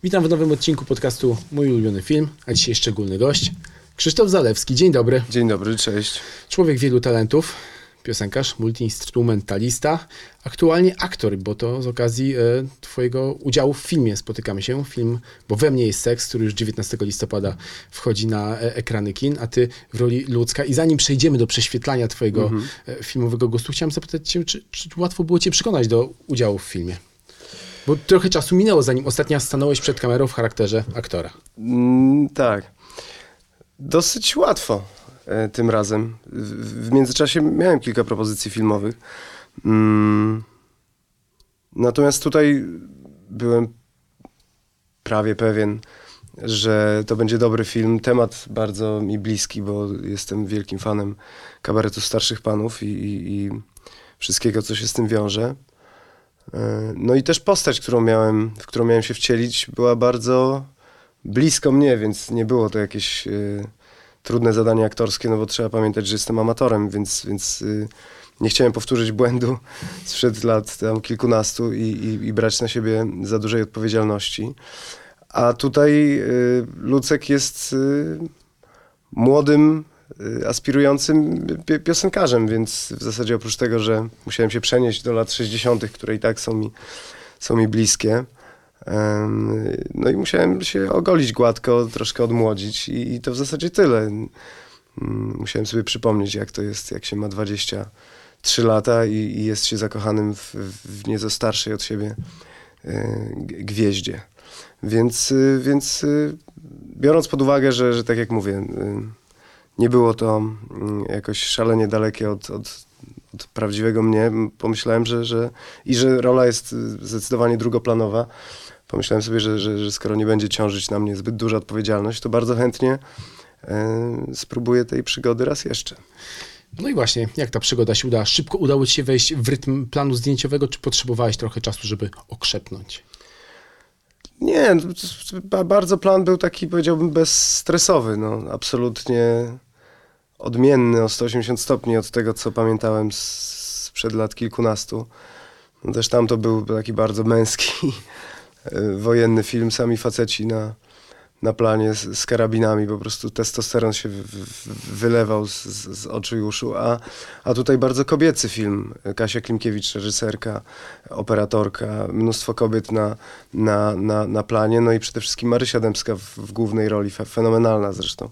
Witam w nowym odcinku podcastu Mój ulubiony film, a dzisiaj szczególny gość, Krzysztof Zalewski. Dzień dobry. Dzień dobry, cześć. Człowiek wielu talentów, piosenkarz, multiinstrumentalista, aktualnie aktor, bo to z okazji twojego udziału w filmie spotykamy się. Film Bo we mnie jest seks, który już 19 listopada wchodzi na ekrany kin, a ty w roli Ludzka. I zanim przejdziemy do prześwietlania twojego filmowego gustu, chciałem zapytać cię, czy łatwo było cię przekonać do udziału w filmie? Bo trochę czasu minęło, zanim ostatnio stanąłeś przed kamerą w charakterze aktora. Tak. Dosyć łatwo tym razem. W międzyczasie miałem kilka propozycji filmowych. Natomiast tutaj byłem prawie pewien, że to będzie dobry film. Temat bardzo mi bliski, bo jestem wielkim fanem kabaretu Starszych Panów i wszystkiego, co się z tym wiąże. No i też postać, w którą miałem się wcielić, była bardzo blisko mnie, więc nie było to jakieś trudne zadanie aktorskie, no bo trzeba pamiętać, że jestem amatorem, więc nie chciałem powtórzyć błędu sprzed lat tam kilkunastu i brać na siebie za dużej odpowiedzialności. A tutaj Lucek jest młodym, aspirującym piosenkarzem, więc w zasadzie oprócz tego, że musiałem się przenieść do lat 60., które i tak są mi bliskie, no i musiałem się ogolić gładko, troszkę odmłodzić i to w zasadzie tyle. Musiałem sobie przypomnieć, jak to jest, jak się ma 23 lata i jest się zakochanym w nieco starszej od siebie gwieździe. Więc biorąc pod uwagę, że tak jak mówię, nie było to jakoś szalenie dalekie od prawdziwego mnie, pomyślałem, że rola jest zdecydowanie drugoplanowa. Pomyślałem sobie, że skoro nie będzie ciążyć na mnie zbyt duża odpowiedzialność, to bardzo chętnie spróbuję tej przygody raz jeszcze. No i właśnie, jak ta przygoda się udała? Szybko udało ci się wejść w rytm planu zdjęciowego, czy potrzebowałeś trochę czasu, żeby okrzepnąć? Nie, bardzo plan był taki, powiedziałbym, bezstresowy. No, absolutnie odmienny o 180 stopni od tego, co pamiętałem sprzed lat kilkunastu. No, też tam to był taki bardzo męski, wojenny film, sami faceci na planie z karabinami, po prostu testosteron się wylewał z oczu i uszu, a tutaj bardzo kobiecy film. Kasia Klimkiewicz, reżyserka, operatorka, mnóstwo kobiet na planie, no i przede wszystkim Marysia Dębska w głównej roli, fenomenalna zresztą.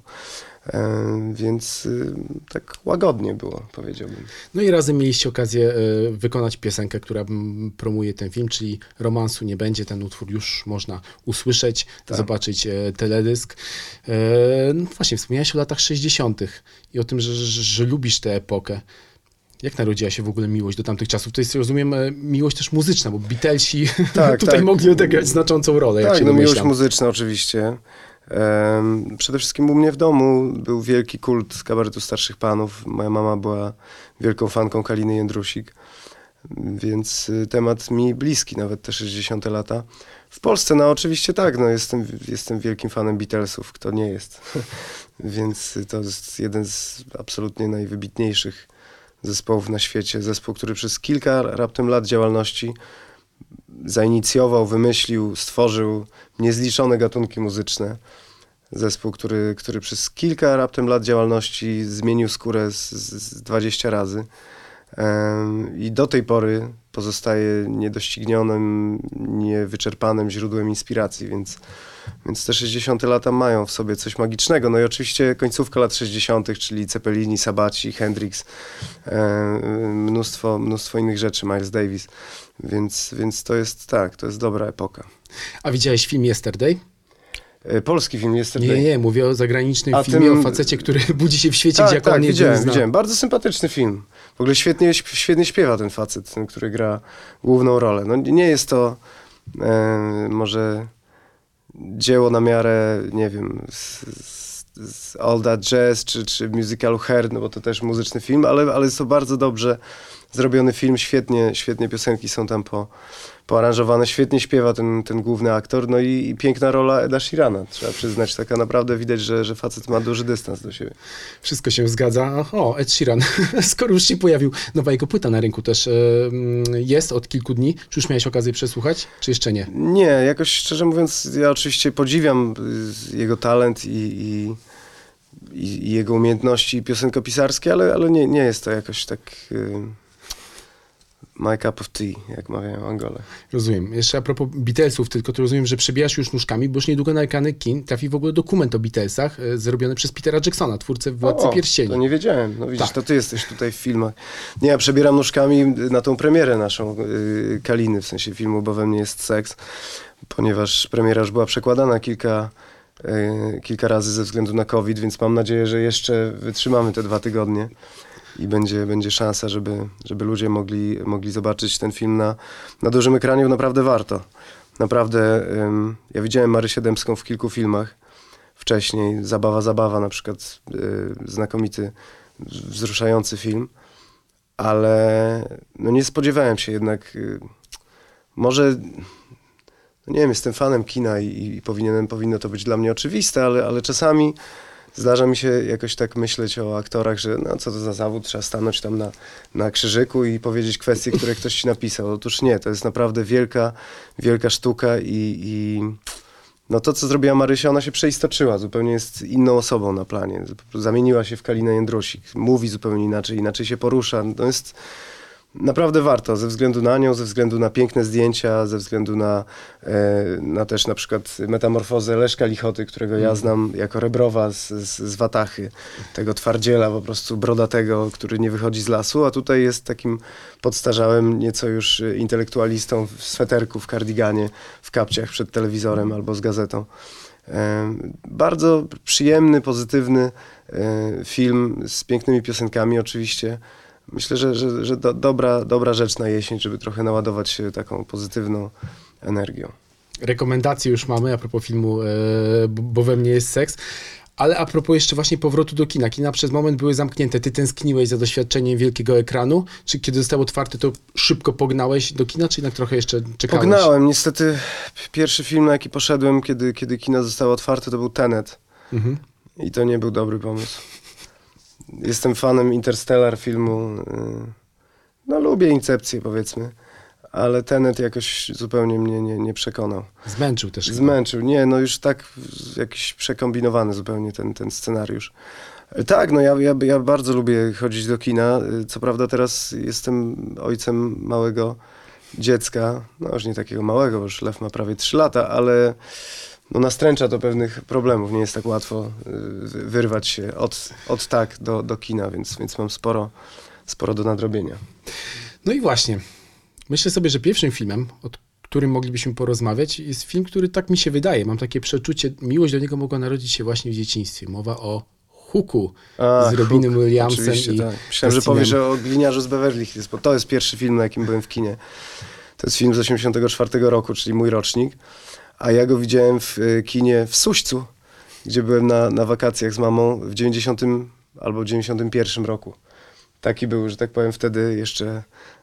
Więc tak łagodnie było, powiedziałbym. No i razem mieliście okazję wykonać piosenkę, która promuje ten film, czyli Romansu nie będzie. Ten utwór już można usłyszeć, zobaczyć teledysk. No właśnie, wspomniałeś o latach 60. i o tym, że lubisz tę epokę. Jak narodziła się w ogóle miłość do tamtych czasów? To jest, rozumiem, miłość też muzyczna, bo Beatlesi tutaj mogli odegrać znaczącą rolę. Tak, no miłość muzyczna oczywiście. Przede wszystkim u mnie w domu był wielki kult kabaretu Starszych Panów. Moja mama była wielką fanką Kaliny Jędrusik, więc temat mi bliski, nawet te 60. lata. W Polsce, no oczywiście tak, no jestem wielkim fanem Beatlesów, kto nie jest. Więc to jest jeden z absolutnie najwybitniejszych zespołów na świecie. Zespół, który przez kilka raptem lat działalności zainicjował, wymyślił, stworzył niezliczone gatunki muzyczne. Zespół, który przez kilka raptem lat działalności zmienił skórę z 20 razy. I do tej pory pozostaje niedoścignionym, niewyczerpanym źródłem inspiracji, więc te 60. lata mają w sobie coś magicznego. No i oczywiście końcówka lat 60., czyli Cepelini, Sabaci, Hendrix, mnóstwo innych rzeczy, Miles Davis. Więc to jest dobra epoka. A widziałeś film Yesterday? Polski film Yesterday? Nie, mówię o zagranicznym filmie, o facecie, który budzi się w świecie, gdzie akurat nie widziałem. Bardzo sympatyczny film. W ogóle świetnie śpiewa ten facet, ten, który gra główną rolę. No nie jest to może dzieło na miarę, nie wiem, z All That Jazz czy musicalu Hair, no bo to też muzyczny film, ale jest to bardzo dobrze zrobiony film, świetnie piosenki są tam poaranżowane, świetnie śpiewa ten główny aktor, no i piękna rola Eda Sheerana, trzeba przyznać, taka naprawdę widać, że facet ma duży dystans do siebie. Wszystko się zgadza. O, Ed Sheeran, skoro już się pojawił, nowa jego płyta na rynku też jest od kilku dni. Czy już miałeś okazję przesłuchać, czy jeszcze nie? Nie, jakoś szczerze mówiąc, ja oczywiście podziwiam jego talent i jego umiejętności piosenkopisarskie, ale nie jest to jakoś tak my cup of tea, jak mawiają Angole. Rozumiem. Jeszcze a propos Beatlesów, tylko to rozumiem, że przebijasz już nóżkami, bo już niedługo na ekrany kin trafi w ogóle dokument o Beatlesach zrobiony przez Petera Jacksona, twórcę Władcy Pierścieni. To nie wiedziałem. No widzisz, Tak. to ty jesteś tutaj w filmach. Nie, ja przebieram nóżkami na tą premierę naszą Kaliny, w sensie filmu Bo we mnie jest seks, ponieważ premiera już była przekładana kilka razy ze względu na COVID, więc mam nadzieję, że jeszcze wytrzymamy te 2 tygodnie i będzie szansa, żeby ludzie mogli zobaczyć ten film na dużym ekranie, bo naprawdę warto. Naprawdę, ja widziałem Marysię Dębską w kilku filmach wcześniej. Zabawa na przykład, znakomity, wzruszający film, ale no nie spodziewałem się jednak, może... Nie wiem, jestem fanem kina i powinno to być dla mnie oczywiste, ale czasami zdarza mi się jakoś tak myśleć o aktorach, że no co to za zawód, trzeba stanąć tam na krzyżyku i powiedzieć kwestie, które ktoś ci napisał. Otóż nie, to jest naprawdę wielka sztuka i no to, co zrobiła Marysia, ona się przeistoczyła, zupełnie jest inną osobą na planie. Zamieniła się w Kalinę Jędrusik, mówi zupełnie inaczej się porusza. To jest... Naprawdę warto, ze względu na nią, ze względu na piękne zdjęcia, ze względu na też na przykład metamorfozę Leszka Lichoty, którego ja znam jako Rebrowa z Watachy, tego twardziela po prostu brodatego, który nie wychodzi z lasu, a tutaj jest takim podstarzałym, nieco już intelektualistą w sweterku, w kardiganie, w kapciach przed telewizorem albo z gazetą. Bardzo przyjemny, pozytywny film z pięknymi piosenkami oczywiście. Myślę, że dobra rzecz na jesień, żeby trochę naładować się taką pozytywną energią. Rekomendacje już mamy a propos filmu Bo we mnie jest seks. Ale a propos jeszcze właśnie powrotu do kina. Kina przez moment były zamknięte. Ty tęskniłeś za doświadczeniem wielkiego ekranu? Czy kiedy został otwarty, to szybko pognałeś do kina, czy jednak trochę jeszcze czekałeś? Pognałem. Niestety pierwszy film, na jaki poszedłem, kiedy kina zostały otwarte, to był Tenet. Mhm. I to nie był dobry pomysł. Jestem fanem Interstellar filmu. No lubię Incepcję, powiedzmy. Ale Tenet jakoś zupełnie mnie nie przekonał. Zmęczył też. Zmęczył. Nie, no już tak jakiś przekombinowany zupełnie ten scenariusz. Tak, no ja bardzo lubię chodzić do kina. Co prawda teraz jestem ojcem małego dziecka. No już nie takiego małego, bo już Lew ma prawie 3 lata, ale no nastręcza to pewnych problemów. Nie jest tak łatwo wyrwać się od tak do kina, więc mam sporo do nadrobienia. No i właśnie. Myślę sobie, że pierwszym filmem, o którym moglibyśmy porozmawiać, jest film, który tak mi się wydaje. Mam takie przeczucie, miłość do niego mogła narodzić się właśnie w dzieciństwie. Mowa o Hooku z Robinem Williamsem. I tak. Myślałem, że powiesz o Gliniarzu z Beverly Hills, bo to jest pierwszy film, na jakim byłem w kinie. To jest film z 1984 roku, czyli mój rocznik. A ja go widziałem w kinie w Suścu, gdzie byłem na wakacjach z mamą w 90 albo 91 roku. Taki był, że tak powiem, wtedy jeszcze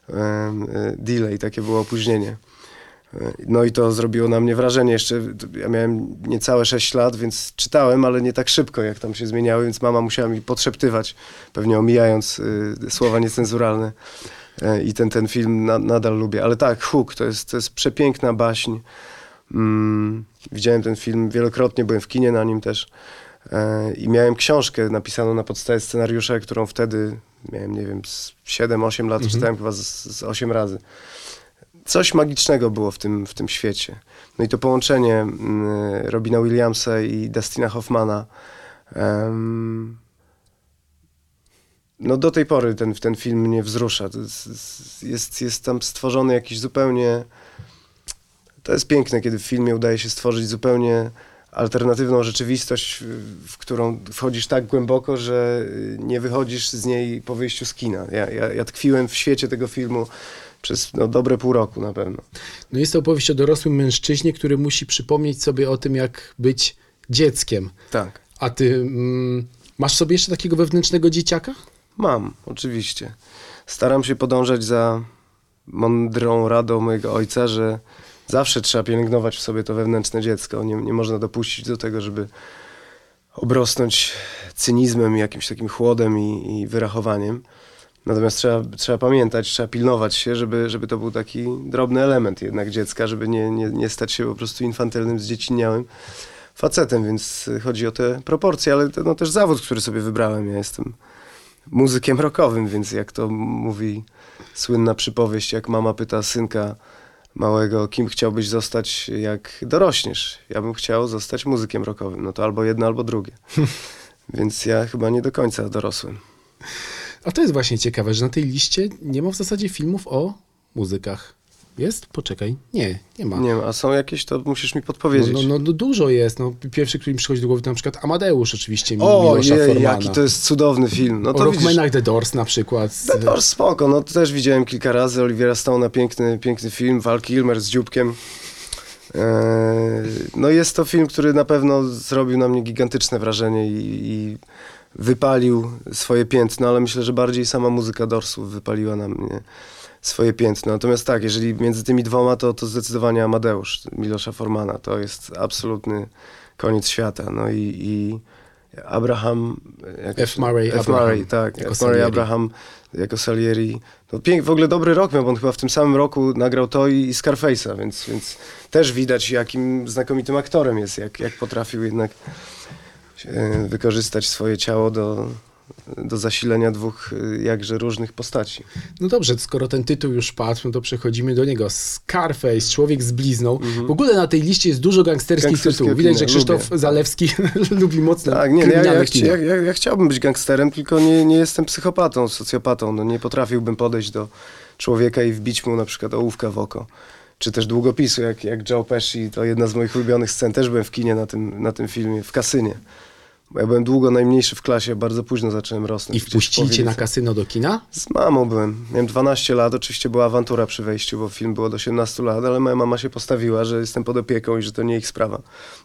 delay, takie było opóźnienie. No i to zrobiło na mnie wrażenie. Jeszcze ja miałem niecałe 6 lat, więc czytałem, ale nie tak szybko, jak tam się zmieniały, więc mama musiała mi podszeptywać, pewnie omijając słowa niecenzuralne. I ten film nadal lubię. Ale tak, Hook to jest przepiękna baśń. Widziałem ten film wielokrotnie, byłem w kinie na nim też. I miałem książkę napisaną na podstawie scenariusza, którą wtedy miałem, nie wiem, 7-8 lat, czytałem chyba z 8 razy. Coś magicznego było w tym świecie. No i to połączenie Robina Williamsa i Dustina Hoffmana. No do tej pory ten film mnie wzrusza. Jest tam stworzony jakiś zupełnie... To jest piękne, kiedy w filmie udaje się stworzyć zupełnie alternatywną rzeczywistość, w którą wchodzisz tak głęboko, że nie wychodzisz z niej po wyjściu z kina. Ja tkwiłem w świecie tego filmu przez dobre pół roku na pewno. No jest to opowieść o dorosłym mężczyźnie, który musi przypomnieć sobie o tym, jak być dzieckiem. Tak. A ty masz sobie jeszcze takiego wewnętrznego dzieciaka? Mam, oczywiście. Staram się podążać za mądrą radą mojego ojca, że zawsze trzeba pielęgnować w sobie to wewnętrzne dziecko. Nie można dopuścić do tego, żeby obrosnąć cynizmem, jakimś takim chłodem i wyrachowaniem. Natomiast trzeba pamiętać, trzeba pilnować się, żeby to był taki drobny element jednak dziecka, żeby nie stać się po prostu infantylnym, zdziecinniałym facetem, więc chodzi o te proporcje, ale to też zawód, który sobie wybrałem. Ja jestem muzykiem rockowym, więc jak to mówi słynna przypowieść, jak mama pyta synka małego, kim chciałbyś zostać, jak dorośniesz? Ja bym chciał zostać muzykiem rockowym. No to albo jedno, albo drugie. Więc ja chyba nie do końca dorosłem. A to jest właśnie ciekawe, że na tej liście nie ma w zasadzie filmów o muzykach. Jest? Poczekaj. Nie ma. Nie ma. A są jakieś, to musisz mi podpowiedzieć. No dużo jest. No, pierwszy, który mi przychodzi do głowy, to na przykład Amadeusz oczywiście, Miłosza Formana. Jaki to jest cudowny film. No to o Rockmanach The Doors na przykład. The Doors spoko, no to też widziałem kilka razy. Olivera Stone'a, piękny film. Val Kilmer z dzióbkiem. No jest to film, który na pewno zrobił na mnie gigantyczne wrażenie i wypalił swoje piętno, ale myślę, że bardziej sama muzyka Doorsów wypaliła na mnie swoje piętno. Natomiast tak, jeżeli między tymi dwoma, to zdecydowanie Amadeusz Milosza Formana. To jest absolutny koniec świata. No i Abraham... F. Murray Abraham jako Salieri. No w ogóle dobry rok miał, bo on chyba w tym samym roku nagrał to i Scarface'a, więc też widać, jakim znakomitym aktorem jest, jak potrafił jednak wykorzystać swoje ciało do zasilenia dwóch jakże różnych postaci. No dobrze, skoro ten tytuł już padł, no to przechodzimy do niego. Scarface, Człowiek z blizną. W ogóle na tej liście jest dużo gangsterskich tytułów. Widać, że Krzysztof Zalewski lubi mocno kryminalne kino. Ja chciałbym być gangsterem, tylko nie jestem psychopatą, socjopatą. No, nie potrafiłbym podejść do człowieka i wbić mu na przykład ołówka w oko. Czy też długopisu, jak Joe Pesci. To jedna z moich ulubionych scen. Też byłem w kinie na tym filmie, w kasynie. Ja byłem długo najmniejszy w klasie, bardzo późno zacząłem rosnąć. I wpuścili cię na kasyno do kina? Z mamą byłem. Miałem 12 lat, oczywiście była awantura przy wejściu, bo film było do 18 lat, ale moja mama się postawiła, że jestem pod opieką i że to nie ich sprawa.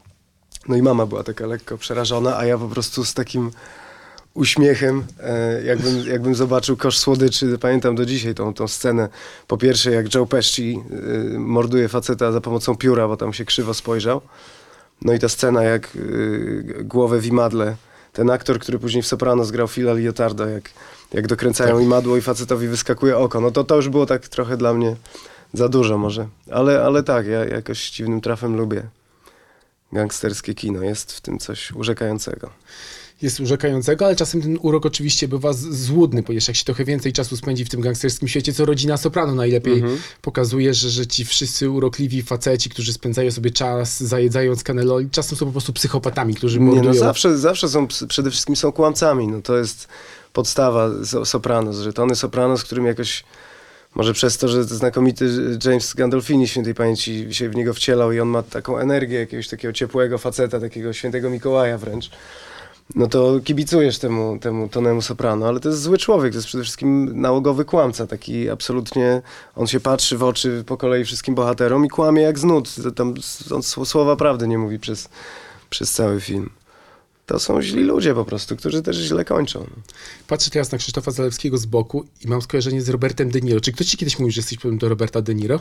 No i mama była taka lekko przerażona, a ja po prostu z takim uśmiechem, jakbym zobaczył kosz słodyczy, pamiętam do dzisiaj tą scenę. Po pierwsze, jak Joe Pesci morduje faceta za pomocą pióra, bo tam się krzywo spojrzał. No i ta scena, jak głowę w imadle, ten aktor, który później w Sopranos grał Phila Liotardo, jak dokręcają imadło i facetowi wyskakuje oko. No to już było tak trochę dla mnie za dużo może. Ale tak, ja jakoś dziwnym trafem lubię gangsterskie kino. Jest w tym coś urzekającego. Jest urzekającego, ale czasem ten urok oczywiście bywa złudny, ponieważ jak się trochę więcej czasu spędzi w tym gangsterskim świecie, co Rodzina Soprano najlepiej pokazuje, że ci wszyscy urokliwi faceci, którzy spędzają sobie czas zajedając cannelloni, czasem są po prostu psychopatami, którzy mordują. Nie, no zawsze są, przede wszystkim są kłamcami. No to jest podstawa Sopranos, że Tony Soprano, z którym jakoś, może przez to, że znakomity James Gandolfini świętej pamięci się w niego wcielał i on ma taką energię jakiegoś takiego ciepłego faceta, takiego świętego Mikołaja wręcz. No to kibicujesz temu Tonemu Soprano, ale to jest zły człowiek, to jest przede wszystkim nałogowy kłamca, taki absolutnie, on się patrzy w oczy po kolei wszystkim bohaterom i kłamie jak z nut, tam on słowa prawdy nie mówi przez cały film. To są źli ludzie po prostu, którzy też źle kończą. Patrzę teraz na Krzysztofa Zalewskiego z boku i mam skojarzenie z Robertem De Niro. Czy ktoś ci kiedyś mówił, że jesteś podobny do Roberta De Niro?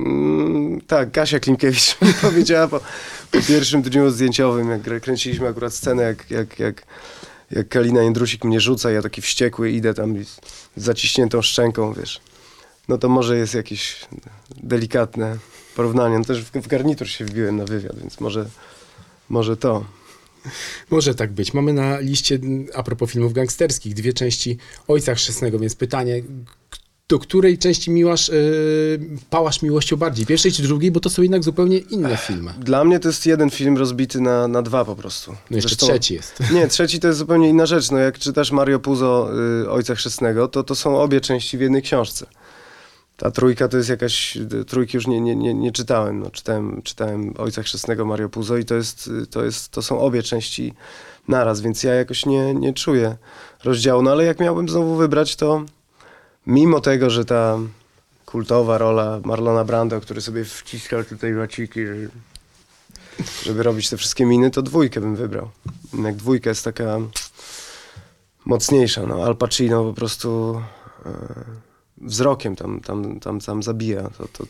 Tak, Kasia Klimkiewicz mi powiedziała po pierwszym dniu zdjęciowym, jak kręciliśmy akurat scenę, jak Kalina Jędrusik mnie rzuca, ja taki wściekły idę tam z zaciśniętą szczęką, wiesz. No to może jest jakieś delikatne porównanie. No też w garnitur się wbiłem na wywiad, więc może to. Może tak być. Mamy na liście, a propos filmów gangsterskich, 2 części Ojca Chrzestnego, więc pytanie, do której części pałasz miłością bardziej? Pierwszej czy drugiej? Bo to są jednak zupełnie inne filmy. Dla mnie to jest jeden film rozbity na 2 po prostu. No jeszcze trzeci jest. Nie, trzeci to jest zupełnie inna rzecz. No jak czytasz Mario Puzo Ojca Chrzestnego, to są obie części w jednej książce. Ta trójka to jest jakaś... Trójki już nie czytałem. No, czytałem Ojca Chrzestnego Mario Puzo i to są obie części naraz, więc ja jakoś nie czuję rozdziału. No ale jak miałbym znowu wybrać, to mimo tego, że ta kultowa rola Marlona Brando, który sobie wciskał tutaj waciki, żeby robić te wszystkie miny, to 2 bym wybrał. Jak 2 jest taka mocniejsza. No. Al Pacino po prostu wzrokiem tam zabija.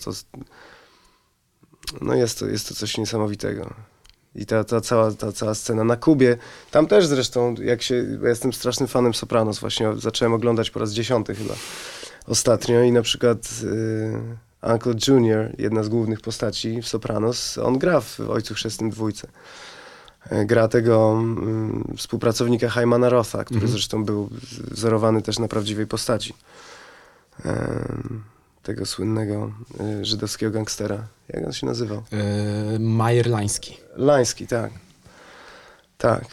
No jest to coś niesamowitego. I ta cała scena na Kubie, tam też zresztą, ja jestem strasznym fanem Sopranos, właśnie zacząłem oglądać po raz 10 chyba ostatnio i na przykład Uncle Junior, jedna z głównych postaci w Sopranos, on gra w Ojcu Chrzestnym Dwójce. Gra tego współpracownika Hymana Rotha, który zresztą był wzorowany też na prawdziwej postaci. Tego słynnego żydowskiego gangstera. Jak on się nazywał? Meyer Lański. Lański, tak. Tak.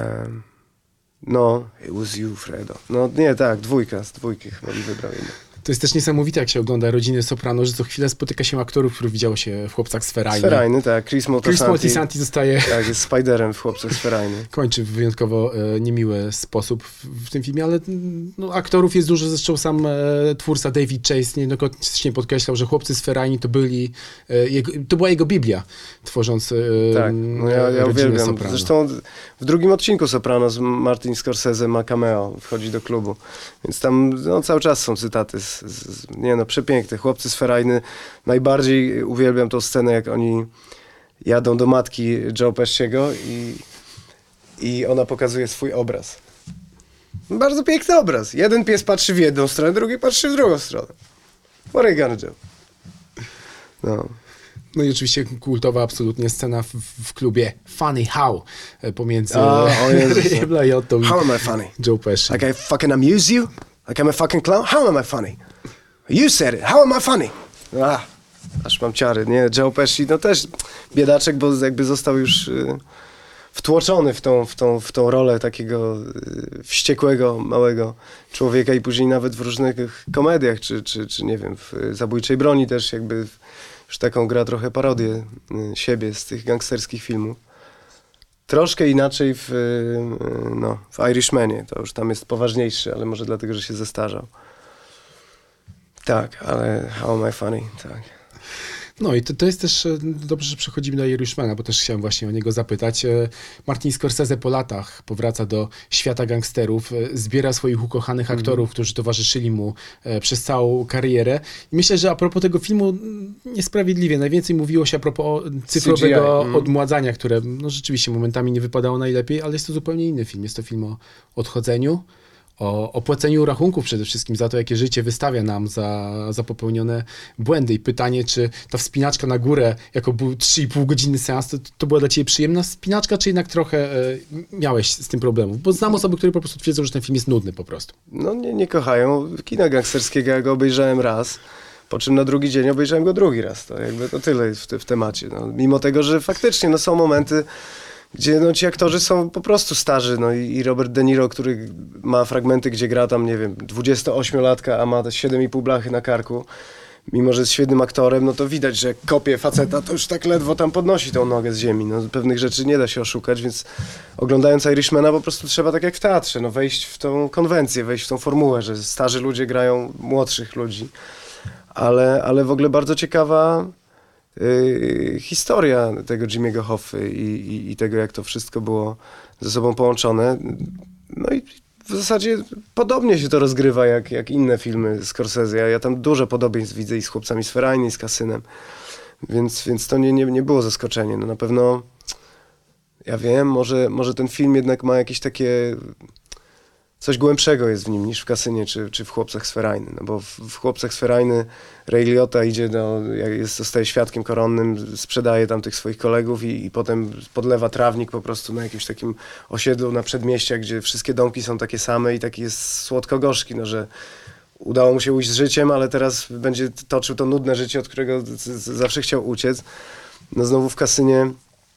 No, it was you, Fredo. No nie, tak, z dwójki chyba mi wybrał jedno. To jest też niesamowite, jak się ogląda Rodziny Soprano, że co chwilę spotyka się aktorów, których widziało się w Chłopcach z Ferajny. Ferajny, tak. Chris Moltisanti zostaje... Tak, jest Spiderem w Chłopcach z Ferajny. Kończy w wyjątkowo niemiły sposób w tym filmie, ale no, aktorów jest dużo. Zresztą sam twórca David Chase niejednokrotnie podkreślał, że Chłopcy z Ferajny to była jego Biblia, tworząc tak, no ja uwielbiam. Soprano. Zresztą w drugim odcinku Sopranos Martin Scorsese ma cameo, wchodzi do klubu. Więc tam cały czas są cytaty przepiękne. Chłopcy z Ferajny. Najbardziej uwielbiam tą scenę, jak oni jadą do matki Joe Pesciego i ona pokazuje swój obraz. Bardzo piękny obraz. Jeden pies patrzy w jedną stronę, drugi patrzy w drugą stronę. What are you gonna do? No i oczywiście kultowa absolutnie scena w klubie Funny How pomiędzy Rayem Liottą i How am I funny? Joe Pesci. Like I fucking amuse you? Like I'm a fucking clown? How am I funny? You said it. How am I funny? Aż mam ciary, nie? Joe Pesci, no też biedaczek, bo jakby został już wtłoczony w tą rolę takiego wściekłego, małego człowieka i później nawet w różnych komediach, czy nie wiem, w Zabójczej broni też jakby już taką gra trochę parodię siebie z tych gangsterskich filmów. Troszkę inaczej w Irishmanie, to już tam jest poważniejszy, ale może dlatego, że się zestarzał. Tak, ale How am I funny, tak. No i to jest też dobrze, że przechodzimy do Irishmana, bo też chciałem właśnie o niego zapytać. Martin Scorsese po latach powraca do świata gangsterów, zbiera swoich ukochanych aktorów, którzy towarzyszyli mu przez całą karierę. I myślę, że a propos tego filmu niesprawiedliwie, najwięcej mówiło się a propos cyfrowego odmładzania, które no, rzeczywiście momentami nie wypadało najlepiej, ale jest to zupełnie inny film. Jest to film o odchodzeniu, o płaceniu rachunków przede wszystkim za to, jakie życie wystawia nam za popełnione błędy. I pytanie, czy ta wspinaczka na górę, jako był 3,5 godziny seans, to była dla ciebie przyjemna wspinaczka, czy jednak trochę miałeś z tym problemów? Bo znam osoby, które po prostu twierdzą, że ten film jest nudny po prostu. No nie kochają kina gangsterskiego, ja go obejrzałem raz, po czym na drugi dzień obejrzałem go drugi raz. To tyle w temacie. No, mimo tego, że faktycznie są momenty, gdzie ci aktorzy są po prostu starzy, i Robert De Niro, który ma fragmenty, gdzie gra tam, nie wiem, 28-latka, a ma 7,5 blachy na karku, mimo że jest świetnym aktorem, no to widać, że kopie faceta, to już tak ledwo tam podnosi tą nogę z ziemi. No, pewnych rzeczy nie da się oszukać, więc oglądając Irishmana po prostu trzeba tak jak w teatrze, wejść w tą konwencję, wejść w tą formułę, że starzy ludzie grają młodszych ludzi. Ale w ogóle bardzo ciekawa historia tego Jimmy'ego Hoffy i tego, jak to wszystko było ze sobą połączone. No i w zasadzie podobnie się to rozgrywa jak inne filmy Scorsese. Ja tam dużo podobieństw widzę i z Chłopcami z Ferajny, i z Kasynem. Więc to nie było zaskoczenie. No na pewno, ja wiem, może ten film jednak ma jakieś takie... Coś głębszego jest w nim niż w Kasynie czy w Chłopcach z Ferajny. No bo w Chłopcach z Ferajny Ray Liotta idzie, zostaje świadkiem koronnym, sprzedaje tam tych swoich kolegów i potem podlewa trawnik po prostu na jakimś takim osiedlu na przedmieściach, gdzie wszystkie domki są takie same i taki jest słodko-gorzki, że udało mu się ujść z życiem, ale teraz będzie toczył to nudne życie, od którego zawsze chciał uciec. No znowu w Kasynie...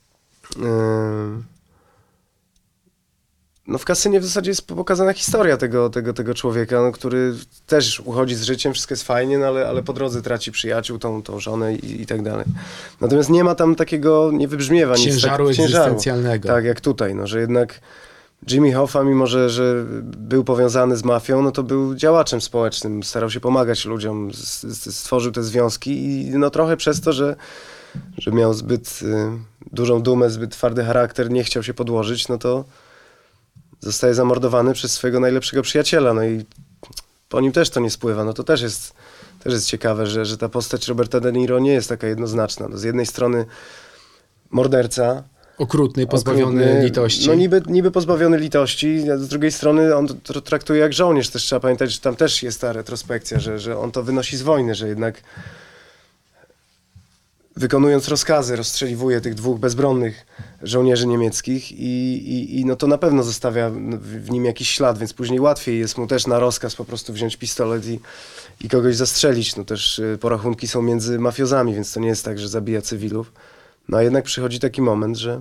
No w Kasynie w zasadzie jest pokazana historia tego człowieka, który też uchodzi z życiem, wszystko jest fajnie, ale po drodze traci przyjaciół, tą żonę i tak dalej. Natomiast nie ma tam takiego, nie wybrzmiewa ciężaru egzystencjalnego. Tak, jak tutaj, że jednak Jimmy Hoffa, mimo że był powiązany z mafią, no to był działaczem społecznym, starał się pomagać ludziom, stworzył te związki i trochę przez to, że miał zbyt dużą dumę, zbyt twardy charakter, nie chciał się podłożyć, no to zostaje zamordowany przez swojego najlepszego przyjaciela, no i po nim też to nie spływa, no to też jest ciekawe, że ta postać Roberta De Niro nie jest taka jednoznaczna. No z jednej strony morderca, Okrutny, pozbawiony litości. No niby pozbawiony litości, a z drugiej strony on to traktuje jak żołnierz. Też trzeba pamiętać, że tam też jest ta retrospekcja, że on to wynosi z wojny, że jednak wykonując rozkazy rozstrzeliwuje tych 2 bezbronnych żołnierzy niemieckich i no to na pewno zostawia w nim jakiś ślad, więc później łatwiej jest mu też na rozkaz po prostu wziąć pistolet i kogoś zastrzelić. No też porachunki są między mafiozami, więc to nie jest tak, że zabija cywilów. No a jednak przychodzi taki moment, że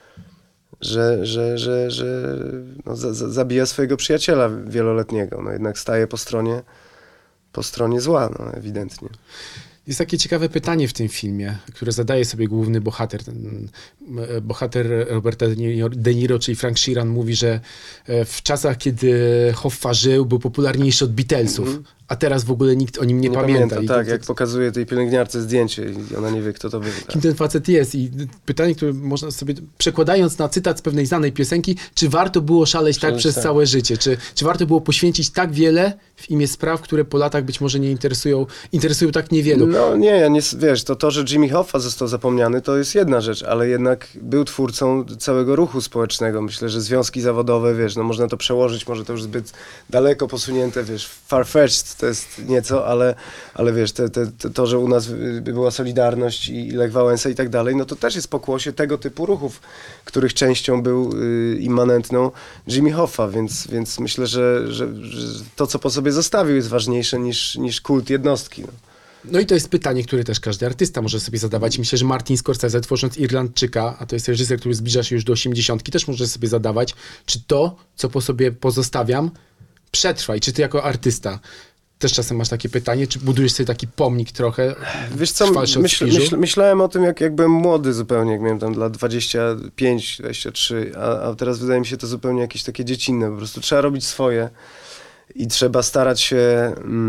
no, zabija swojego przyjaciela wieloletniego. No jednak staje po stronie zła, no ewidentnie. Jest takie ciekawe pytanie w tym filmie, które zadaje sobie główny bohater. Ten bohater Roberta De Niro, czyli Frank Sheeran, mówi, że w czasach, kiedy Hoffa żył, był popularniejszy od Beatlesów, a teraz w ogóle nikt o nim nie pamięta. Tak, jak pokazuje tej pielęgniarce zdjęcie i ona nie wie, kto to był. Tak. Kim ten facet jest? I pytanie, które można sobie, przekładając na cytat z pewnej znanej piosenki, czy warto było szaleć tak przez całe życie? Czy warto było poświęcić tak wiele w imię spraw, które po latach być może nie interesują tak niewielu? No nie, wiesz, to, że Jimmy Hoffa został zapomniany, to jest jedna rzecz, ale jednak był twórcą całego ruchu społecznego. Myślę, że związki zawodowe, wiesz, no można to przełożyć, może to już zbyt daleko posunięte, wiesz, far-fetched to jest nieco, ale wiesz, to, że u nas była Solidarność i Lech Wałęsa i tak dalej, no to też jest pokłosie tego typu ruchów, których częścią był immanentną Jimmy Hoffa, więc myślę, że to, co po sobie zostawił, jest ważniejsze niż kult jednostki. No i to jest pytanie, które też każdy artysta może sobie zadawać. Myślę, że Martin Scorsese, tworząc Irlandczyka, a to jest reżyser, który zbliża się już do 80, też może sobie zadawać, czy to, co po sobie pozostawiam, przetrwa. I czy ty jako artysta też czasem masz takie pytanie, czy budujesz sobie taki pomnik trochę? Wiesz co, myślałem o tym, jak byłem młody zupełnie, jak miałem tam lat 25, 23, a teraz wydaje mi się to zupełnie jakieś takie dziecinne. Po prostu trzeba robić swoje i trzeba starać się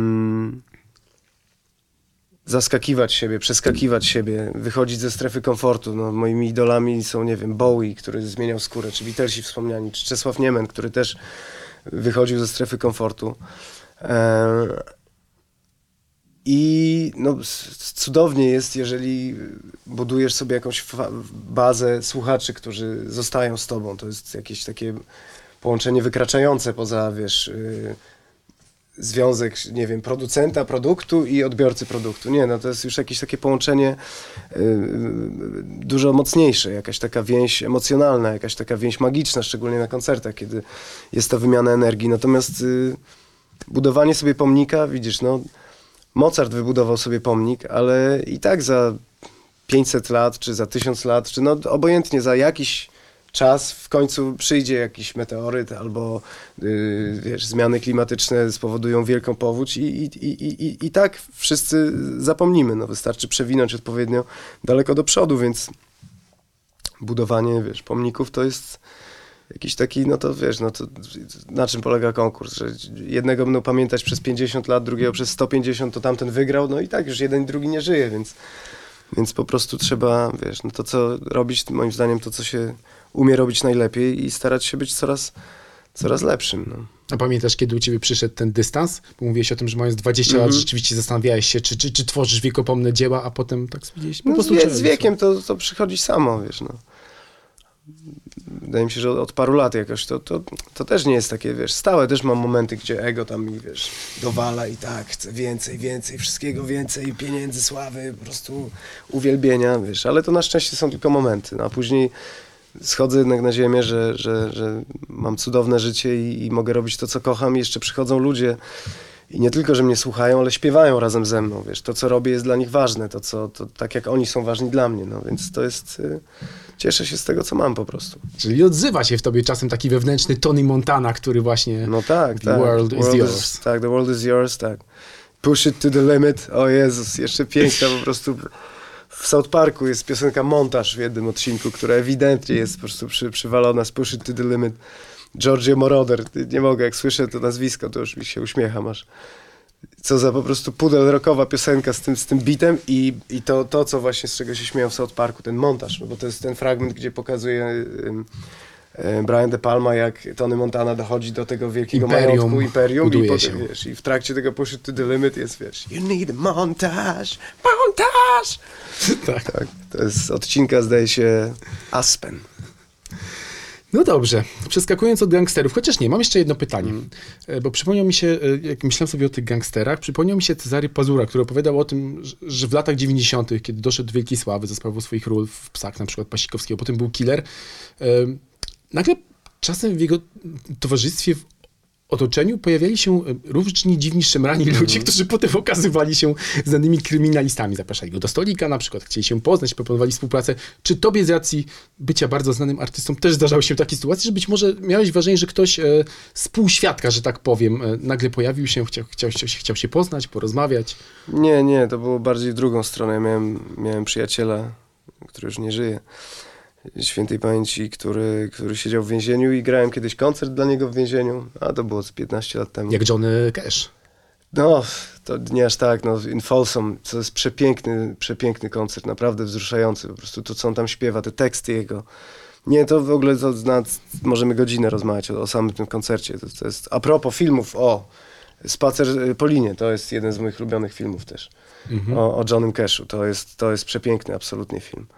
zaskakiwać siebie, przeskakiwać siebie, wychodzić ze strefy komfortu. No, moimi idolami są, nie wiem, Bowie, który zmieniał skórę, czy Beatlesi wspomniani, czy Czesław Niemen, który też wychodził ze strefy komfortu. I no, cudownie jest, jeżeli budujesz sobie jakąś bazę słuchaczy, którzy zostają z tobą. To jest jakieś takie połączenie wykraczające poza, wiesz, związek, nie wiem, producenta produktu i odbiorcy produktu. Nie, no to jest już jakieś takie połączenie dużo mocniejsze, jakaś taka więź emocjonalna, jakaś taka więź magiczna, szczególnie na koncertach, kiedy jest ta wymiana energii. Natomiast budowanie sobie pomnika, widzisz, no Mozart wybudował sobie pomnik, ale i tak za 500 lat, czy za 1000 lat, czy no obojętnie za jakiś czas w końcu przyjdzie jakiś meteoryt albo wiesz, zmiany klimatyczne spowodują wielką powódź i tak wszyscy zapomnimy. No, wystarczy przewinąć odpowiednio daleko do przodu, więc budowanie, wiesz, pomników to jest jakiś taki, no to wiesz, no to na czym polega konkurs, że jednego będą pamiętać przez 50 lat, drugiego przez 150, to tamten wygrał, no i tak już jeden i drugi nie żyje, więc po prostu trzeba, wiesz, no to co robić, moim zdaniem to, co się umie robić najlepiej i starać się być coraz lepszym. No. A pamiętasz, kiedy u ciebie przyszedł ten dystans? Bo mówiłeś o tym, że mając 20 lat rzeczywiście zastanawiałeś się, czy tworzysz wiekopomne dzieła, a potem tak stwierdziłeś, po prostu z wiekiem to przychodzi samo, wiesz, no. Wydaje mi się, że od paru lat jakoś to też nie jest takie, wiesz, stałe. Też mam momenty, gdzie ego tam mi, wiesz, dowala i tak, chcę więcej, wszystkiego więcej, pieniędzy, sławy, po prostu uwielbienia, wiesz. Ale to na szczęście są tylko momenty. No, a później schodzę jednak na ziemię, że mam cudowne życie i mogę robić to, co kocham. I jeszcze przychodzą ludzie i nie tylko, że mnie słuchają, ale śpiewają razem ze mną, wiesz. To, co robię, jest dla nich ważne. To tak jak oni są ważni dla mnie, no. Więc to jest... Cieszę się z tego, co mam po prostu. Czyli odzywa się w tobie czasem taki wewnętrzny Tony Montana, który właśnie... No tak, The world is yours. Tak, the world is yours, tak. Push it to the limit. O Jezus, jeszcze piękna po prostu. W South Parku jest piosenka Montaż w jednym odcinku, która ewidentnie jest po prostu przywalona z Push it to the limit. Giorgio Moroder. Nie mogę, jak słyszę to nazwisko, to już mi się uśmiecham aż. Co za po prostu pudel rockowa piosenka z tym beatem i to, co właśnie z czego się śmieją w South Parku, ten montaż, no bo to jest ten fragment, gdzie pokazuje Brian De Palma, jak Tony Montana dochodzi do tego wielkiego Imperium majątku, Imperium i buduje potem, się. wiesz, i w trakcie tego Push It to the Limit jest, wiesz, you need a montage, montage! Tak, to jest z odcinka, zdaje się, Aspen. No dobrze, przeskakując od gangsterów, chociaż nie, mam jeszcze jedno pytanie, bo przypomniał mi się, jak myślałem sobie o tych gangsterach, przypomniał mi się Cezary Pazura, który opowiadał o tym, że w latach 90., kiedy doszedł do wielkiej sławy za sprawą swoich ról w Psach, na przykład Pasikowskiego, potem był Killer, nagle czasem w jego towarzystwie, w otoczeniu pojawiali się różni dziwni szemrani ludzie, którzy potem okazywali się znanymi kryminalistami. Zapraszali go do stolika na przykład, chcieli się poznać, proponowali współpracę. Czy tobie z racji bycia bardzo znanym artystą też zdarzały się takie sytuacje, że być może miałeś wrażenie, że ktoś z półświadka, że tak powiem, nagle pojawił się, chciał się poznać, porozmawiać? Nie, to było bardziej w drugą stronę. Miałem przyjaciela, który już nie żyje, świętej pamięci, który siedział w więzieniu i grałem kiedyś koncert dla niego w więzieniu, a to było z 15 lat temu. Jak Johnny Cash. No, to nie aż tak, no, In Folsom, to jest przepiękny koncert, naprawdę wzruszający, po prostu to, co on tam śpiewa, te teksty jego. Nie, to w ogóle możemy godzinę rozmawiać o samym tym koncercie. To jest, a propos filmów, Spacer po linie, to jest jeden z moich ulubionych filmów też, o Johnnym Cashu, to jest przepiękny absolutnie film.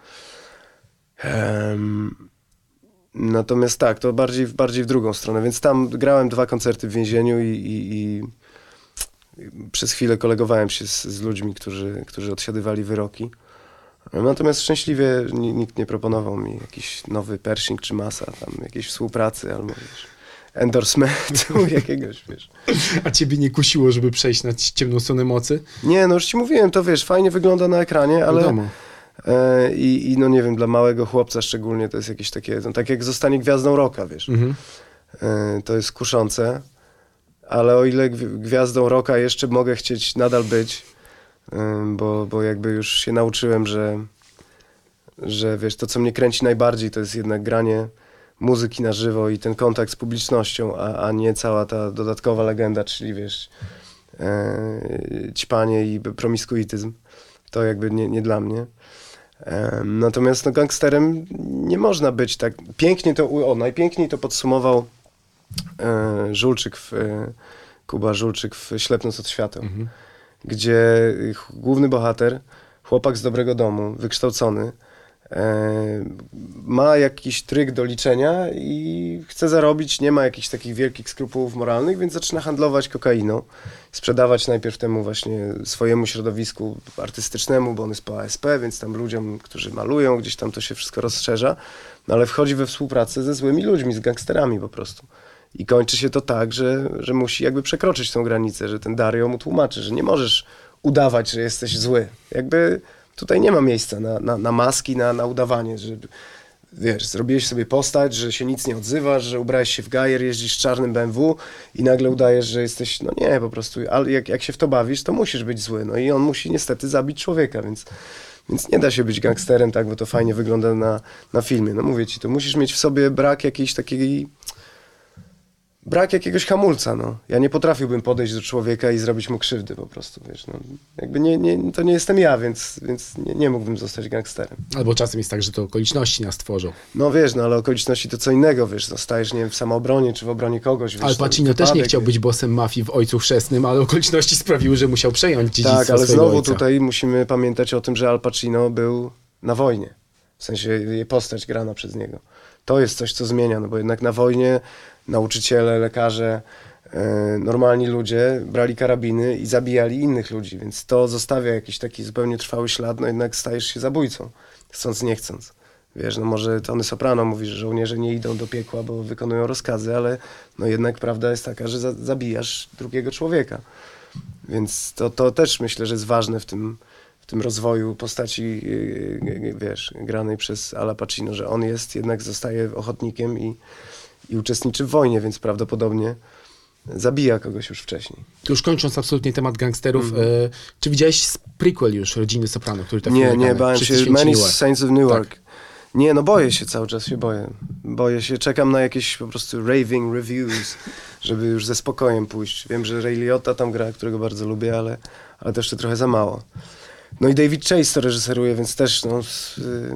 Natomiast tak, to bardziej w drugą stronę, więc tam grałem 2 koncerty w więzieniu i przez chwilę kolegowałem się z ludźmi, którzy odsiadywali wyroki. Natomiast szczęśliwie nikt nie proponował mi jakiś nowy Pershing czy Masa, tam jakiejś współpracy albo endorsementu jakiegoś, wiesz. A ciebie nie kusiło, żeby przejść na ciemną stronę mocy? Nie, no już ci mówiłem, to wiesz, fajnie wygląda na ekranie, ale... Wiadomo. I no nie wiem, dla małego chłopca szczególnie to jest jakieś takie, no tak jak zostanie gwiazdą rocka, wiesz. To jest kuszące, ale o ile gwiazdą rocka jeszcze mogę chcieć nadal być, bo jakby już się nauczyłem, że wiesz, to co mnie kręci najbardziej to jest jednak granie muzyki na żywo i ten kontakt z publicznością, a nie cała ta dodatkowa legenda, czyli wiesz, ćpanie i promiskuityzm. To jakby nie dla mnie. Natomiast no, gangsterem nie można być tak. Najpiękniej to podsumował Kuba Żulczyk w Ślepnąc od świateł, gdzie główny bohater, chłopak z dobrego domu, wykształcony, ma jakiś tryk do liczenia i chce zarobić, nie ma jakichś takich wielkich skrupułów moralnych, więc zaczyna handlować kokainą, sprzedawać najpierw temu właśnie swojemu środowisku artystycznemu, bo on jest po ASP, więc tam ludziom, którzy malują, gdzieś tam to się wszystko rozszerza, no ale wchodzi we współpracę ze złymi ludźmi, z gangsterami po prostu. I kończy się to tak, że musi jakby przekroczyć tą granicę, że ten Dario mu tłumaczy, że nie możesz udawać, że jesteś zły. Jakby tutaj nie ma miejsca na maski, na udawanie, że wiesz, zrobiłeś sobie postać, że się nic nie odzywasz, że ubrałeś się w gajer, jeździsz czarnym BMW i nagle udajesz, że jesteś, no nie, po prostu, ale jak się w to bawisz, to musisz być zły, no i on musi niestety zabić człowieka, więc nie da się być gangsterem, tak, bo to fajnie wygląda na filmie, no mówię ci, to musisz mieć w sobie brak jakiegoś hamulca, no. Ja nie potrafiłbym podejść do człowieka i zrobić mu krzywdy po prostu, wiesz, no. Jakby to nie jestem ja, więc nie mógłbym zostać gangsterem. Albo czasem jest tak, że to okoliczności nas tworzą. No wiesz, no ale okoliczności to co innego, wiesz, zostajesz, nie wiem, w samoobronie czy w obronie kogoś, wiesz. Al Pacino też nie chciał być bossem mafii w Ojcu Chrzestnym, ale okoliczności sprawiły, że musiał przejąć dziedzictwo tak, ale swojego znowu ojca. tutaj musimy pamiętać o tym, że Al Pacino był na wojnie. W sensie jej postać grana przez niego. To jest coś, co zmienia, no bo jednak na wojnie nauczyciele, lekarze, normalni ludzie brali karabiny i zabijali innych ludzi, więc to zostawia jakiś taki zupełnie trwały ślad, no jednak stajesz się zabójcą, chcąc nie chcąc. Wiesz, no może Tony Soprano mówi, że żołnierze nie idą do piekła, bo wykonują rozkazy, ale no jednak prawda jest taka, że zabijasz drugiego człowieka. Więc to też myślę, że jest ważne w tym rozwoju postaci, wiesz, granej przez Ala Pacino, że on jednak zostaje ochotnikiem i uczestniczy w wojnie, więc prawdopodobnie zabija kogoś już wcześniej. Tu już kończąc absolutnie temat gangsterów, czy widziałeś prequel już Rodziny Soprano, który tak Nie, bałem się. Many Saints of Newark. Tak. Nie, no boję się, cały czas się boję. Boję się, czekam na jakieś po prostu raving reviews, żeby już ze spokojem pójść. Wiem, że Ray Liotta tam gra, którego bardzo lubię, ale to jeszcze trochę za mało. No i David Chase to reżyseruje, więc też no,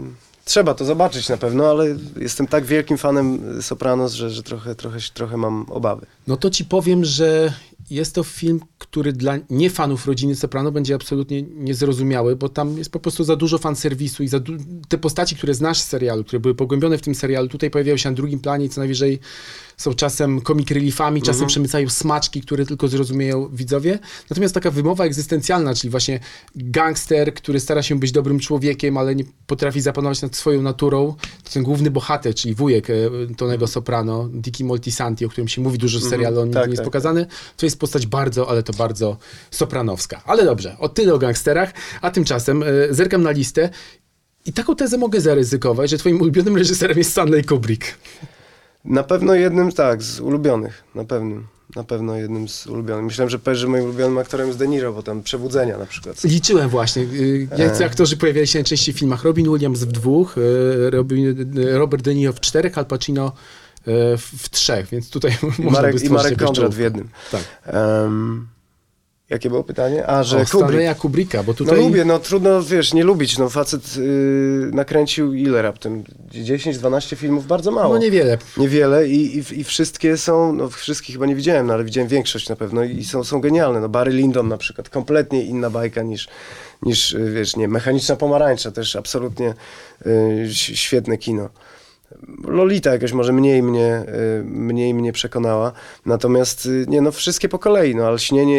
Trzeba to zobaczyć na pewno, ale jestem tak wielkim fanem Sopranos, że trochę mam obawy. No to ci powiem, że jest to film, który dla niefanów rodziny Soprano będzie absolutnie niezrozumiały, bo tam jest po prostu za dużo fanserwisu i te postaci, które znasz z serialu, które były pogłębione w tym serialu, tutaj pojawiają się na drugim planie i co najwyżej są czasem comic reliefami, czasem przemycają smaczki, które tylko zrozumieją widzowie. Natomiast taka wymowa egzystencjalna, czyli właśnie gangster, który stara się być dobrym człowiekiem, ale nie potrafi zapanować nad swoją naturą, to ten główny bohater, czyli wujek Tonego Soprano, Dicky Moltisanti, o którym się mówi dużo w serialu, on nigdy nie jest pokazany, to jest postać bardzo, ale to bardzo sopranowska. Ale dobrze, o tyle o gangsterach, a tymczasem zerkam na listę i taką tezę mogę zaryzykować, że twoim ulubionym reżyserem jest Stanley Kubrick. Na pewno jednym, z ulubionych, na pewno jednym z ulubionych. Myślałem, że powiesz, że moim ulubionym aktorem jest De Niro, bo tam Przebudzenia na przykład. Liczyłem właśnie. Jacy aktorzy pojawiali się najczęściej w filmach. Robin Williams w 2, Robert De Niro w 4, Al Pacino w 3, więc tutaj można by stworzyć Marek Konrad w jednym. Tak. Jakie było pytanie? Że Stanleya Kubricka, bo tutaj... No lubię, trudno, nie lubić. Facet nakręcił ile raptem? 10-12 filmów? Bardzo mało. No niewiele. Niewiele i wszystkie są, wszystkich chyba nie widziałem, ale widziałem większość na pewno i są genialne. Barry Lyndon na przykład, kompletnie inna bajka niż Mechaniczna Pomarańcza, też absolutnie świetne kino. Lolita jakoś może mniej mnie przekonała, natomiast wszystkie po kolei, ale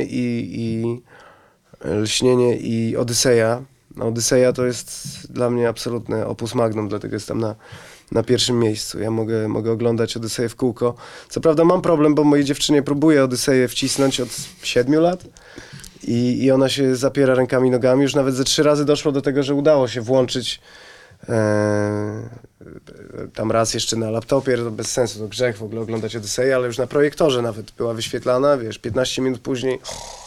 Lśnienie i Odyseja. Odyseja to jest dla mnie absolutne opus magnum, dlatego jest tam na pierwszym miejscu. Ja mogę oglądać Odyseję w kółko. Co prawda mam problem, bo mojej dziewczynie próbuję Odyseję wcisnąć od 7 lat i ona się zapiera rękami, nogami. Już nawet ze 3 razy doszło do tego, że udało się włączyć tam raz jeszcze na laptopie, to bez sensu, to grzech w ogóle oglądać Odyseję, ale już na projektorze nawet była wyświetlana, 15 minut później.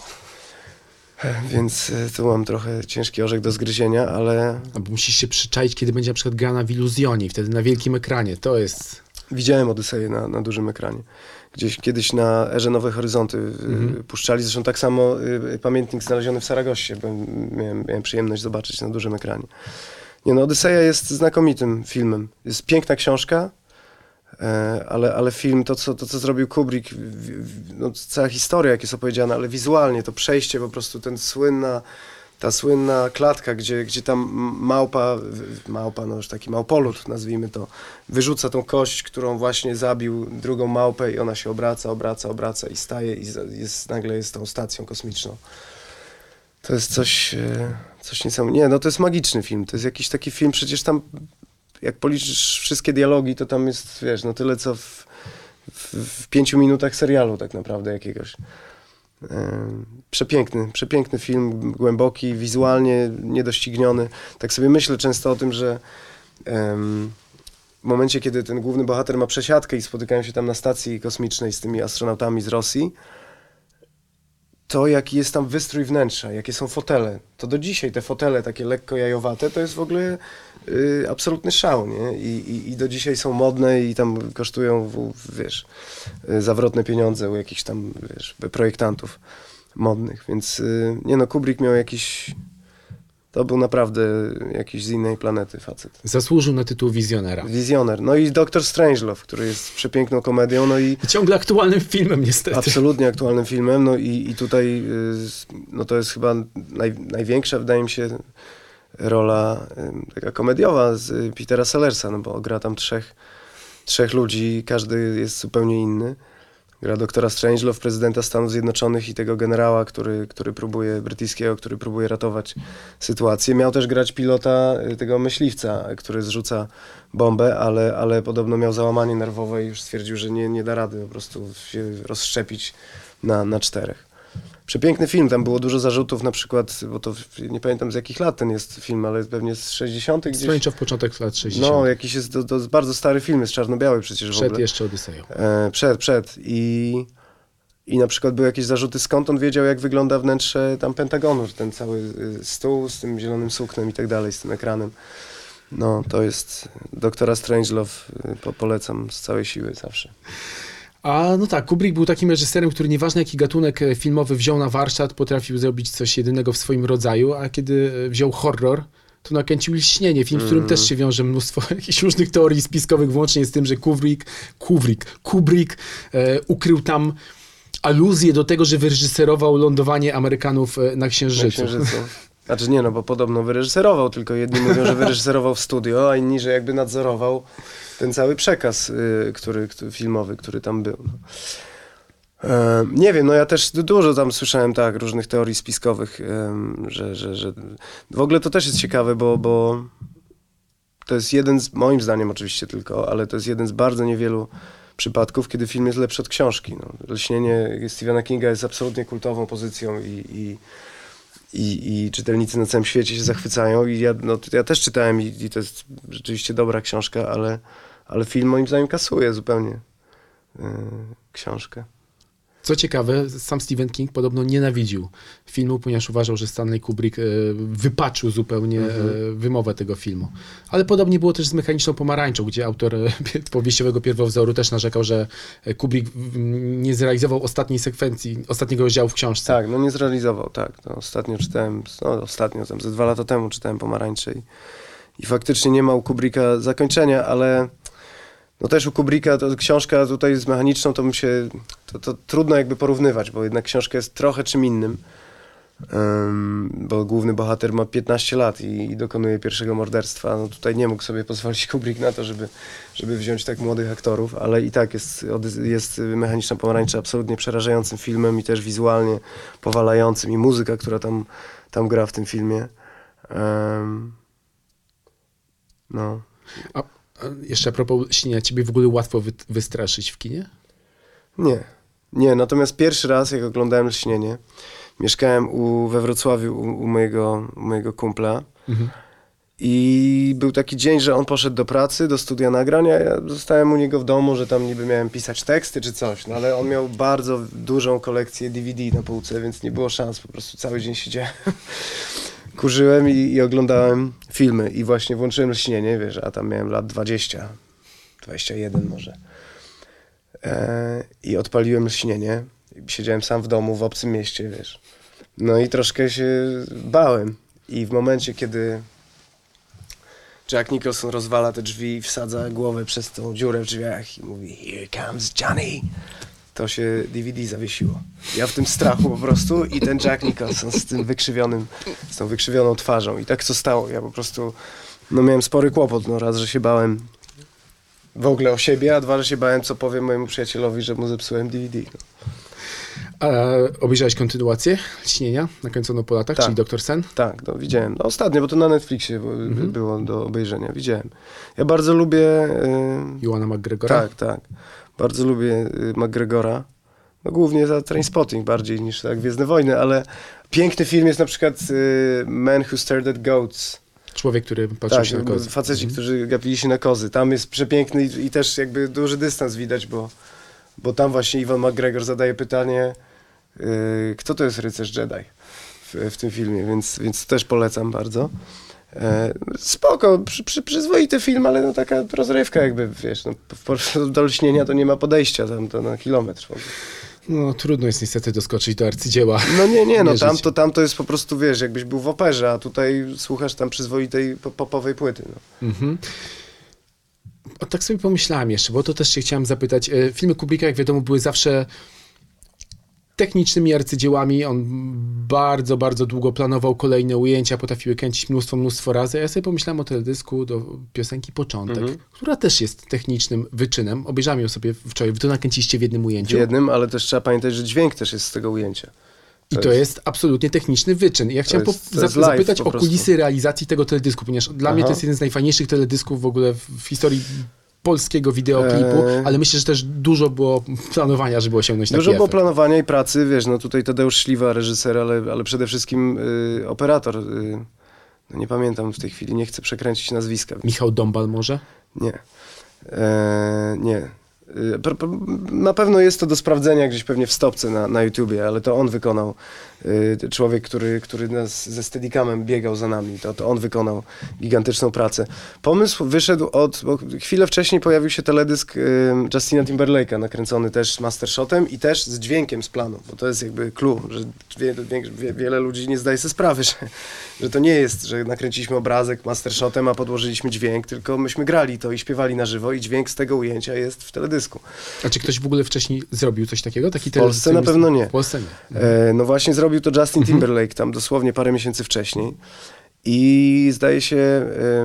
Więc tu mam trochę ciężki orzech do zgryzienia, ale... Bo musisz się przyczaić, kiedy będzie na przykład grana w Iluzjonii, wtedy na wielkim ekranie, to jest... Widziałem Odyseję na dużym ekranie. Gdzieś kiedyś na Erze Nowe Horyzonty puszczali, zresztą tak samo Pamiętnik znaleziony w Saragossie, bo miałem przyjemność zobaczyć na dużym ekranie. Odyseja jest znakomitym filmem. Jest piękna książka, ale film, to co zrobił Kubrick, cała historia, jak jest opowiedziana, ale wizualnie to przejście, po prostu ta słynna klatka, gdzie tam małpa, już taki małpolud, nazwijmy to, wyrzuca tą kość, którą właśnie zabił drugą małpę i ona się obraca i staje i nagle jest tą stacją kosmiczną. To jest coś niesamowitego. To jest magiczny film. To jest jakiś taki film, przecież tam, jak policzysz wszystkie dialogi, to tam jest, tyle co w 5 minutach serialu tak naprawdę jakiegoś. Przepiękny film, głęboki, wizualnie niedościgniony. Tak sobie myślę często o tym, że w momencie, kiedy ten główny bohater ma przesiadkę i spotykają się tam na stacji kosmicznej z tymi astronautami z Rosji, to jaki jest tam wystrój wnętrza, jakie są fotele, to do dzisiaj te fotele takie lekko jajowate, to jest w ogóle absolutny szał, nie? I do dzisiaj są modne i tam kosztują, zawrotne pieniądze u jakichś tam, projektantów modnych, więc Kubrick miał to był naprawdę jakiś z innej planety facet. Zasłużył na tytuł wizjonera. Wizjoner. I Dr. Strangelove, który jest przepiękną komedią. I ciągle aktualnym filmem niestety. Absolutnie aktualnym filmem. I tutaj to jest chyba największa, wydaje mi się, rola taka komediowa z Petera Sellersa, bo gra tam trzech ludzi, każdy jest zupełnie inny. Gra doktora Strangelove, prezydenta Stanów Zjednoczonych i tego generała, brytyjskiego, który próbuje ratować sytuację. Miał też grać pilota tego myśliwca, który zrzuca bombę, ale podobno miał załamanie nerwowe i już stwierdził, że nie da rady po prostu się rozszczepić na 4. Przepiękny film, tam było dużo zarzutów na przykład, bo to nie pamiętam z jakich lat ten jest film, ale pewnie z 60. gdzieś. Strange w początek lat 60. Jakiś jest, to jest bardzo stary film, jest czarno-biały przecież w ogóle. Przed jeszcze Odyseją. Przed. I na przykład były jakieś zarzuty, skąd on wiedział, jak wygląda wnętrze tam Pentagonu, ten cały stół z tym zielonym suknem i tak dalej, z tym ekranem. To jest doktora Strangelove, polecam z całej siły zawsze. Kubrick był takim reżyserem, który nieważne jaki gatunek filmowy wziął na warsztat, potrafił zrobić coś jedynego w swoim rodzaju, a kiedy wziął horror, to nakręcił Lśnienie, film, z którym też się wiąże mnóstwo jakichś różnych teorii spiskowych, włącznie z tym, że Kubrick ukrył tam aluzję do tego, że wyreżyserował lądowanie Amerykanów na Księżycu. Znaczy nie, no bo podobno wyreżyserował, tylko jedni mówią, że wyreżyserował w studio, a inni, że jakby nadzorował ten cały przekaz filmowy, który tam był. No. Nie wiem, no ja też dużo tam słyszałem różnych teorii spiskowych, że w ogóle to też jest ciekawe, bo to jest jeden z, moim zdaniem oczywiście tylko, ale to jest jeden z bardzo niewielu przypadków, kiedy film jest lepszy od książki. No. Lśnienie Stephena Kinga jest absolutnie kultową pozycją i czytelnicy na całym świecie się zachwycają i ja też czytałem i to jest rzeczywiście dobra książka, ale film moim zdaniem kasuje zupełnie książkę. Co ciekawe, sam Stephen King podobno nienawidził filmu, ponieważ uważał, że Stanley Kubrick wypaczył zupełnie wymowę tego filmu. Ale podobnie było też z Mechaniczną pomarańczą, gdzie autor powieściowego pierwowzoru też narzekał, że Kubrick nie zrealizował ostatniej sekwencji, ostatniego rozdziału w książce. Tak, no nie zrealizował, tak. To ostatnio czytałem, tam ze 2 lata temu czytałem Pomarańcze i faktycznie nie ma u Kubricka zakończenia, ale no też u Kubricka to książka tutaj z Mechaniczną to trudno jakby porównywać, bo jednak książka jest trochę czym innym, bo główny bohater ma 15 lat i dokonuje pierwszego morderstwa. No tutaj nie mógł sobie pozwolić Kubrick na to, żeby wziąć tak młodych aktorów, ale i tak jest Mechaniczna pomarańcza absolutnie przerażającym filmem i też wizualnie powalającym i muzyka, która tam gra w tym filmie. No. A jeszcze a propos Śnienia, ciebie w ogóle łatwo wystraszyć w kinie? Nie, natomiast pierwszy raz, jak oglądałem Lśnienie, mieszkałem we Wrocławiu u mojego kumpla i był taki dzień, że on poszedł do pracy, do studia nagrania, ja zostałem u niego w domu, że tam niby miałem pisać teksty czy coś, no ale on miał bardzo dużą kolekcję DVD na półce, więc nie było szans, po prostu cały dzień siedziałem. Kurzyłem i oglądałem filmy i właśnie włączyłem Lśnienie, wiesz, a tam miałem lat 20, 21 może. I odpaliłem Lśnienie i siedziałem sam w domu w obcym mieście, wiesz. No i troszkę się bałem i w momencie, kiedy Jack Nicholson rozwala te drzwi i wsadza głowę przez tą dziurę w drzwiach i mówi "Here comes Johnny", to się DVD zawiesiło. Ja w tym strachu po prostu i ten Jack Nicholson z tą wykrzywioną twarzą. I tak co stało. Ja po prostu miałem spory kłopot. No raz, że się bałem w ogóle o siebie, a 2, że się bałem, co powiem mojemu przyjacielowi, że mu zepsułem DVD. No. A obejrzałeś kontynuację Lśnienia, nakręconą po latach, czyli Doktor Sen? Tak, widziałem. No, ostatnio, bo to na Netflixie było do obejrzenia. Widziałem. Ja bardzo lubię... Ewana McGregora? Tak. Bardzo lubię McGregora. No, głównie za Trainspotting bardziej niż Gwiezdne Wojny, ale piękny film jest na przykład Man Who Stared at Goats. Człowiek, który patrzył się na kozy. Faceci, którzy gapili się na kozy. Tam jest przepiękny i też jakby duży dystans widać, bo tam właśnie Ewan McGregor zadaje pytanie, kto to jest rycerz Jedi w tym filmie, więc też polecam bardzo. Spoko, przyzwoity film, ale no taka rozrywka jakby, wiesz, do Lśnienia to nie ma podejścia tam to na kilometr w ogóle. No trudno jest niestety doskoczyć do arcydzieła. No nie, tam to jest po prostu, wiesz, jakbyś był w operze, a tutaj słuchasz tam przyzwoitej popowej płyty. No. A tak sobie pomyślałem jeszcze, bo to też się chciałem zapytać. Filmy Kubricka, jak wiadomo, były zawsze technicznymi arcydziełami. On bardzo, bardzo długo planował kolejne ujęcia, potrafiły kręcić mnóstwo razy. Ja sobie pomyślałem o teledysku do piosenki Początek, która też jest technicznym wyczynem. Obejrzałem ją sobie wczoraj. Wy to nakręciliście w jednym ujęciu. W jednym, ale też trzeba pamiętać, że dźwięk też jest z tego ujęcia. To jest absolutnie techniczny wyczyn. Ja chciałem zapytać o kulisy realizacji tego teledysku, ponieważ dla mnie to jest jeden z najfajniejszych teledysków w ogóle w historii polskiego wideoklipu, ale myślę, że też dużo było planowania, żeby osiągnąć taki Dużo było efekt. planowania i pracy, wiesz, no tutaj Tadeusz Śliwa, reżyser, ale przede wszystkim operator. No nie pamiętam w tej chwili, nie chcę przekręcić nazwiska. Michał Dąbal może? Nie. Nie. Na pewno jest to do sprawdzenia gdzieś pewnie w stopce na YouTubie, ale to on wykonał. Człowiek, który nas ze Steadicamem biegał za nami, to on wykonał gigantyczną pracę. Pomysł wyszedł bo chwilę wcześniej pojawił się teledysk Justina Timberlake'a, nakręcony też mastershotem i też z dźwiękiem z planu, bo to jest jakby clue, że wiele ludzi nie zdaje sobie sprawy, że to nie jest, że nakręciliśmy obrazek mastershotem, a podłożyliśmy dźwięk, tylko myśmy grali to i śpiewali na żywo i dźwięk z tego ujęcia jest w teledysku. A czy ktoś w ogóle wcześniej zrobił coś takiego? W Polsce na pewno nie. W Polsce nie. No właśnie zrobił to Justin Timberlake tam dosłownie parę miesięcy wcześniej. I zdaje się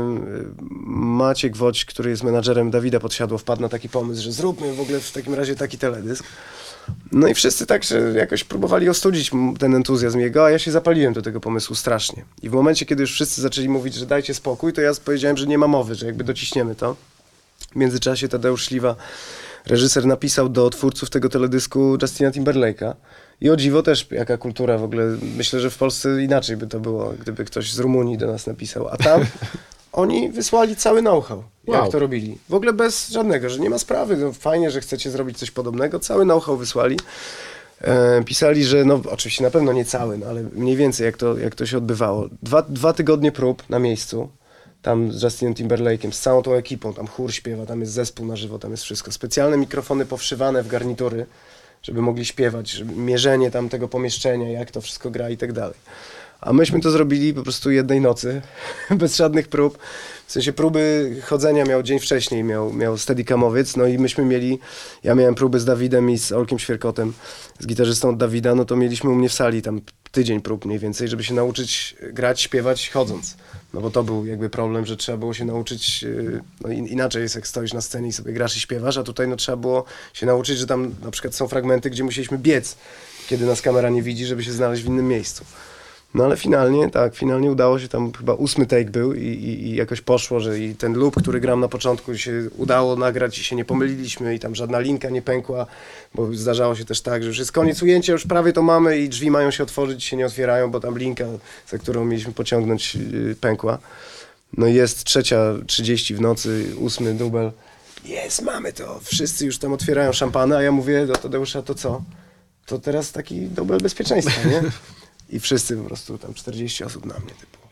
Maciek Woć, który jest menadżerem Dawida Podsiadło, wpadł na taki pomysł, że zróbmy w ogóle w takim razie taki teledysk. No i wszyscy tak że jakoś próbowali ostudzić ten entuzjazm jego, a ja się zapaliłem do tego pomysłu strasznie. I w momencie, kiedy już wszyscy zaczęli mówić, że dajcie spokój, to ja powiedziałem, że nie ma mowy, że jakby dociśniemy to. W międzyczasie Tadeusz Śliwa, reżyser, napisał do twórców tego teledysku Justina Timberlake'a. I o dziwo też, jaka kultura w ogóle, myślę, że w Polsce inaczej by to było, gdyby ktoś z Rumunii do nas napisał. A tam oni wysłali cały know-how, jak to robili. W ogóle bez żadnego, że nie ma sprawy, no fajnie, że chcecie zrobić coś podobnego. Cały know-how wysłali. Pisali, że no oczywiście na pewno nie cały, no, ale mniej więcej jak to się odbywało. Dwa tygodnie prób na miejscu. Tam z Justinem Timberlake'em, z całą tą ekipą, tam chór śpiewa, tam jest zespół na żywo, tam jest wszystko. Specjalne mikrofony powszywane w garnitury, żeby mogli śpiewać, żeby mierzenie tam tego pomieszczenia, jak to wszystko gra i tak dalej. A myśmy to zrobili po prostu jednej nocy, bez żadnych prób. W sensie próby chodzenia miał dzień wcześniej, miał Steadicamowiec, no i ja miałem próby z Dawidem i z Olkiem Świerkotem, z gitarzystą od Dawida, no to mieliśmy u mnie w sali tam tydzień prób mniej więcej, żeby się nauczyć grać, śpiewać chodząc. No bo to był jakby problem, że trzeba było się nauczyć, no inaczej jest jak stoisz na scenie i sobie grasz i śpiewasz, a tutaj no trzeba było się nauczyć, że tam na przykład są fragmenty, gdzie musieliśmy biec, kiedy nas kamera nie widzi, żeby się znaleźć w innym miejscu. No ale finalnie udało się, tam chyba 8 take był i jakoś poszło, że i ten loop, który gram na początku, się udało nagrać i się nie pomyliliśmy i tam żadna linka nie pękła, bo zdarzało się też tak, że już jest koniec ujęcia, już prawie to mamy i drzwi mają się otworzyć i się nie otwierają, bo tam linka, za którą mieliśmy pociągnąć, pękła. No i jest 3:30 w nocy, 8 dubel. Jest, mamy to. Wszyscy już tam otwierają szampany, a ja mówię do Tadeusza, to co? To teraz taki dubel bezpieczeństwa, nie? I wszyscy po prostu, tam 40 osób na mnie, typu.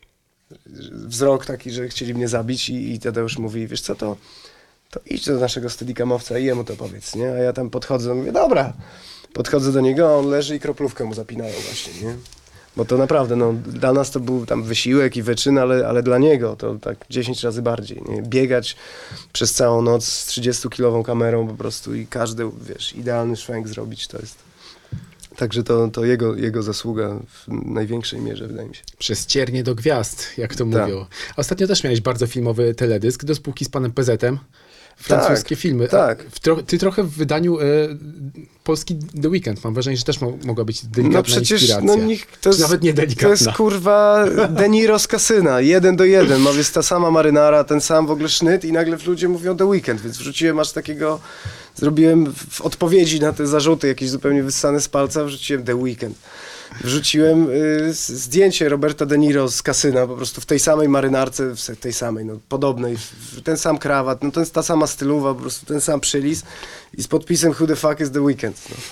Wzrok taki, że chcieli mnie zabić i Tadeusz mówi, wiesz co, to idź do naszego Steadicamowca i jemu to powiedz, nie? A ja tam podchodzę, mówię, dobra. Podchodzę do niego, a on leży i kroplówkę mu zapinają właśnie, nie? Bo to naprawdę, no, dla nas to był tam wysiłek i wyczyn, ale dla niego to tak 10 razy bardziej, nie? Biegać przez całą noc z 30-kilową kamerą po prostu i każdy, wiesz, idealny szwęk zrobić, to jest... Także to jego zasługa w największej mierze, wydaje mi się. Przez ciernie do gwiazd, jak to mówią. Ostatnio też miałeś bardzo filmowy teledysk do spółki z panem PZ-em. Francuskie filmy. Tak. Ty trochę w wydaniu polski The Weeknd. Mam wrażenie, że też mogła być delikatna inspiracja. To jest, nawet nie delikatna. To jest kurwa De Niro z Kasyna. 1:1. Jest ta sama marynara, ten sam w ogóle sznyt i nagle ludzie mówią The Weeknd, więc wrzuciłem aż takiego... Zrobiłem w odpowiedzi na te zarzuty, jakieś zupełnie wyssane z palca, wrzuciłem The Weeknd. Wrzuciłem zdjęcie Roberta De Niro z Kasyna, po prostu w tej samej marynarce, w tej samej, no, podobnej, ten sam krawat, no, ta sama stylowa, po prostu ten sam przylis i z podpisem Who the fuck is The Weeknd. No.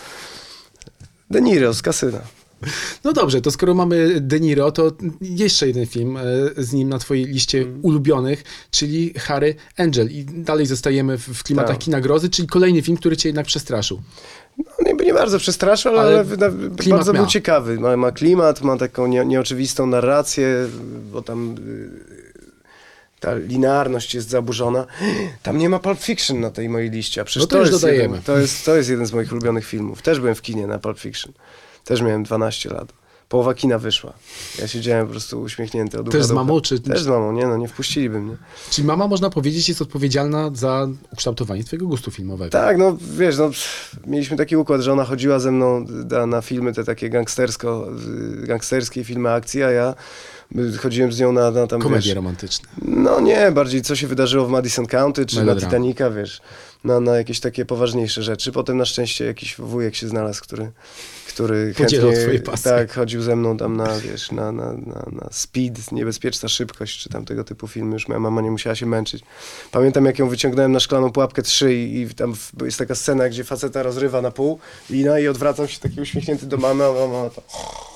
De Niro z Kasyna. No dobrze, to skoro mamy De Niro, to jeszcze jeden film z nim na twojej liście ulubionych, czyli Harry Angel. I dalej zostajemy w klimatach kina grozy, czyli kolejny film, który cię jednak przestraszył. No, nie bardzo przestraszył, ale bardzo był ciekawy. Ma klimat, ma taką nieoczywistą narrację, bo tam ta linearność jest zaburzona. Tam nie ma Pulp Fiction na tej mojej liście, a przecież to już dodajemy. To jest jeden z moich ulubionych filmów. Też byłem w kinie na Pulp Fiction. Też miałem 12 lat. Połowa kina wyszła. Ja siedziałem po prostu uśmiechnięty od ucha do ucha. Też z mamą? Też z mamą, nie wpuściliby mnie. Czyli mama, można powiedzieć, jest odpowiedzialna za ukształtowanie twojego gustu filmowego. Tak, no wiesz, no, mieliśmy taki układ, że ona chodziła ze mną na filmy te takie gangsterskie filmy akcji, a ja chodziłem z nią na tam, komedie romantyczne. No nie, bardziej co się wydarzyło w Madison County, czy na Titanica, wiesz. na jakieś takie poważniejsze rzeczy. Potem na szczęście jakiś wujek się znalazł, który Podzielał chętnie twoje pasje. tak, chodził ze mną tam na Speed, Niebezpieczna Szybkość, czy tam tego typu filmy. Już moja mama nie musiała się męczyć. Pamiętam, jak ją wyciągnąłem na Szklaną Pułapkę 3 i tam jest taka scena, gdzie faceta rozrywa na pół lina i odwracam się taki uśmiechnięty do mamy, a mama to...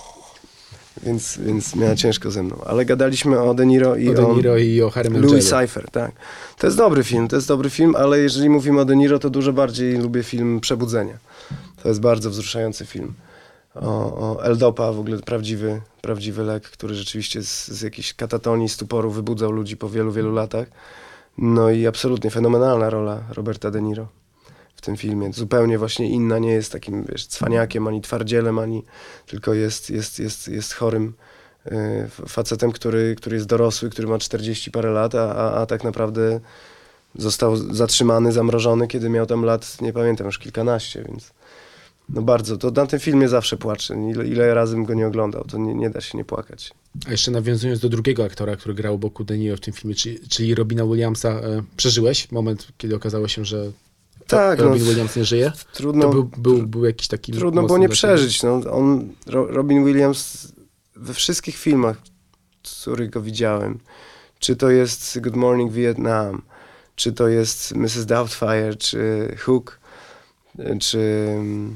Więc miała ciężko ze mną. Ale gadaliśmy o De Niro i o Harrym Louis Cypher, tak. To jest dobry film, ale jeżeli mówimy o De Niro, to dużo bardziej lubię film Przebudzenie. To jest bardzo wzruszający film. O L-Dopa, w ogóle prawdziwy lek, który rzeczywiście z jakiejś katatonii, stuporu wybudzał ludzi po wielu, wielu latach. No i absolutnie fenomenalna rola Roberta De Niro w tym filmie. Zupełnie właśnie inna, nie jest takim, cwaniakiem, ani twardzielem, tylko jest chorym facetem, który jest dorosły, który ma 40 parę lat, a tak naprawdę został zatrzymany, zamrożony, kiedy miał tam lat, nie pamiętam, już kilkanaście, więc no bardzo, to na tym filmie zawsze płaczę. Ile razy bym go nie oglądał, to nie da się nie płakać. A jeszcze nawiązując do drugiego aktora, który grał obok De Niro w tym filmie, czyli Robina Williamsa, przeżyłeś moment, kiedy okazało się, że tak, Robin Williams nie żyje? Trudno, to był jakiś taki... Trudno było nie przeżyć. No. Robin Williams we wszystkich filmach, z których go widziałem, czy to jest Good Morning Vietnam, czy to jest Mrs. Doubtfire, czy Hook, czy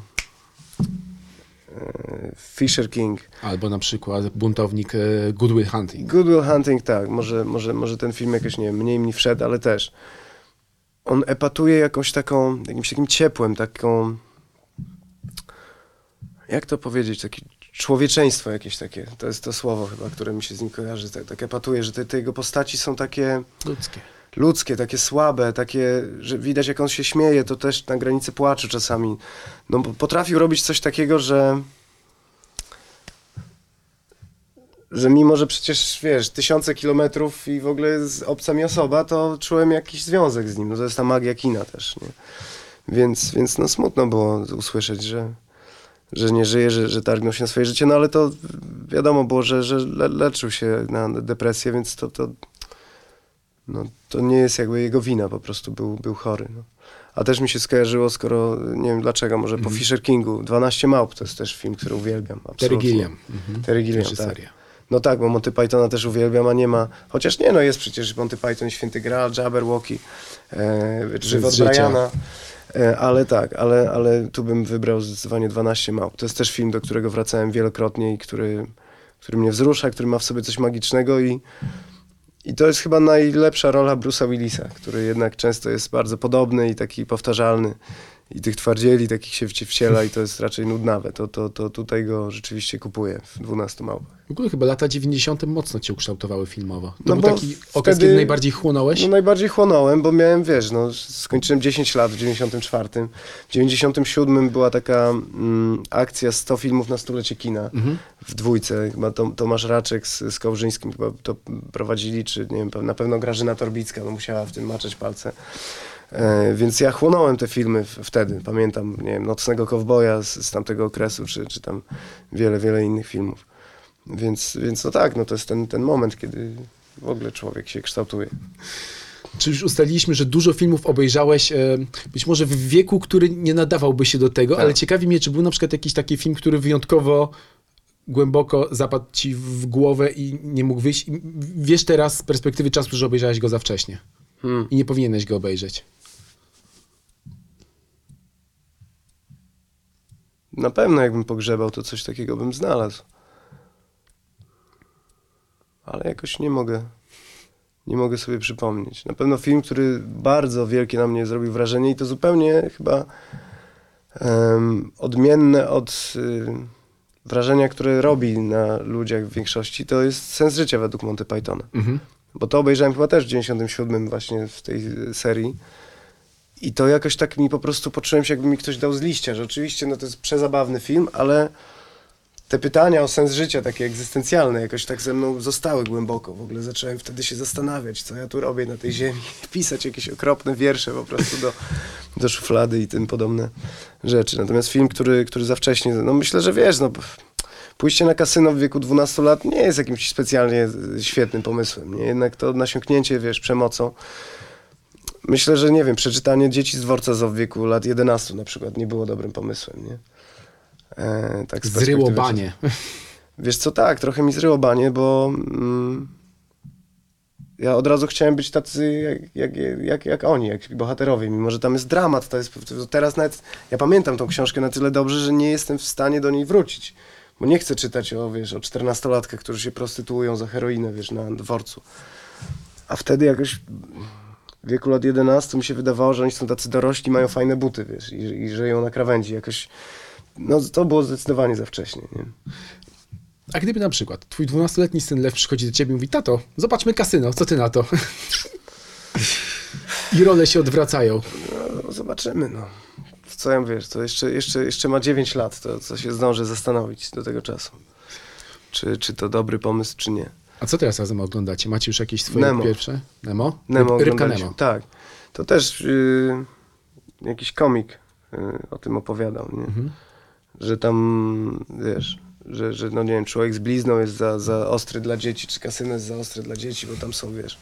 Fisher King. Albo na przykład Buntownik Good Will Hunting. Good Will Hunting, tak. Może ten film jakoś, nie wiem, mniej mi wszedł, ale też. On epatuje jakimś takim ciepłem, taką... Jak to powiedzieć? Takie człowieczeństwo jakieś takie. To jest to słowo chyba, które mi się z nim kojarzy. Tak epatuje, że te jego postaci są takie... Ludzkie, takie słabe, takie, że widać jak on się śmieje, to też na granicy płaczu czasami. No potrafił robić coś takiego, że mimo, że przecież, wiesz, tysiące kilometrów i w ogóle obca mi osoba, to czułem jakiś związek z nim. No to jest ta magia kina też, nie? Więc no smutno było usłyszeć, że nie żyje, że targnął się na swoje życie, no ale to wiadomo było, że leczył się na depresję, więc to nie jest jakby jego wina, po prostu był chory. No. A też mi się skojarzyło, skoro, nie wiem dlaczego, może po Fisher Kingu, 12 małp, to jest też film, który uwielbiam. Terry Gilliam. Terry Gilliam, tak. No tak, bo Monty Pythona też uwielbiam, a nie ma, chociaż nie, no jest przecież Monty Python, Święty Graal, Jabberwocky, Żywot Briana, ale tak, ale tu bym wybrał zdecydowanie 12 małp. To jest też film, do którego wracałem wielokrotnie i który mnie wzrusza, który ma w sobie coś magicznego i to jest chyba najlepsza rola Bruce'a Willisa, który jednak często jest bardzo podobny i taki powtarzalny. I tych twardzieli takich się wciela i to jest raczej nudnawe. To tutaj go rzeczywiście kupuję w 12 małpach. W ogóle chyba lata 90. mocno cię ukształtowały filmowo. To no był taki okres, kiedy najbardziej chłonąłeś? No najbardziej chłonąłem, bo miałem, wiesz, skończyłem 10 lat w 94. W 97 była taka akcja 100 filmów na stulecie kina w Dwójce. Chyba Tomasz Raczek z Kołżyńskim chyba to prowadzili, czy nie wiem, na pewno Grażyna Torbicka, no musiała w tym maczać palce. Więc ja chłonąłem te filmy wtedy. Pamiętam, nie wiem, Nocnego Kowboja z tamtego okresu, czy tam wiele innych filmów. Więc no tak, no to jest ten moment, kiedy w ogóle człowiek się kształtuje. Czy już ustaliliśmy, że dużo filmów obejrzałeś, być może w wieku, który nie nadawałby się do tego, tak. Ale ciekawi mnie, czy był na przykład jakiś taki film, który wyjątkowo głęboko zapadł ci w głowę i nie mógł wyjść. I wiesz teraz z perspektywy czasu, że obejrzałeś go za wcześnie. I nie powinieneś go obejrzeć. Na pewno jakbym pogrzebał, to coś takiego bym znalazł. Ale jakoś nie mogę sobie przypomnieć. Na pewno film, który bardzo wielkie na mnie zrobił wrażenie i to zupełnie chyba odmienne od wrażenia, które robi na ludziach w większości, to jest Sens życia według Monty Pythona. Bo to obejrzałem chyba też w 97 właśnie w tej serii. I to jakoś tak mi po prostu poczułem się, jakby mi ktoś dał z liścia, że oczywiście no to jest przezabawny film, ale te pytania o sens życia, takie egzystencjalne, jakoś tak ze mną zostały głęboko. W ogóle zacząłem wtedy się zastanawiać, co ja tu robię na tej ziemi, pisać jakieś okropne wiersze po prostu do szuflady i tym podobne rzeczy. Natomiast film, który za wcześnie, no myślę, że wiesz, no pójście na kasyno w wieku 12 lat nie jest jakimś specjalnie świetnym pomysłem, nie? Jednak to nasiąknięcie, wiesz, przemocą Myślę, że nie wiem, przeczytanie Dzieci z dworca Z w wieku lat 11 na przykład nie było dobrym pomysłem, nie? Tak z Zryło perspektywy banie. Wiesz co, tak, trochę mi zryło banie, bo ja od razu chciałem być tacy jak oni, jak bohaterowie, mimo że tam jest dramat. Teraz nawet, ja pamiętam tą książkę na tyle dobrze, że nie jestem w stanie do niej wrócić. Bo nie chcę czytać o 14-latkach, którzy się prostytuują za heroinę, na dworcu. A wtedy jakoś w wieku lat 11 mi się wydawało, że oni są tacy dorośli, mają fajne buty, i żyją na krawędzi. Jakoś, no to było zdecydowanie za wcześnie, nie? A gdyby na przykład twój 12-letni syn Lew przychodzi do ciebie i mówi: tato, zobaczmy Kasyno, co ty na to? I role się odwracają. No, zobaczymy, no. Co ja mówię, to jeszcze ma 9 lat, to co się zdąży zastanowić do tego czasu. Czy to dobry pomysł, czy nie. A co teraz razem oglądacie? Macie już jakieś swoje Nemo. pierwsze? Nemo? Nemo Rybka Nemo. Tak. To też jakiś komik o tym opowiadał, nie? Że tam, wiesz, że no nie wiem, Człowiek z blizną jest za ostry dla dzieci, czy Kasyno jest za ostre dla dzieci, bo tam są, wiesz,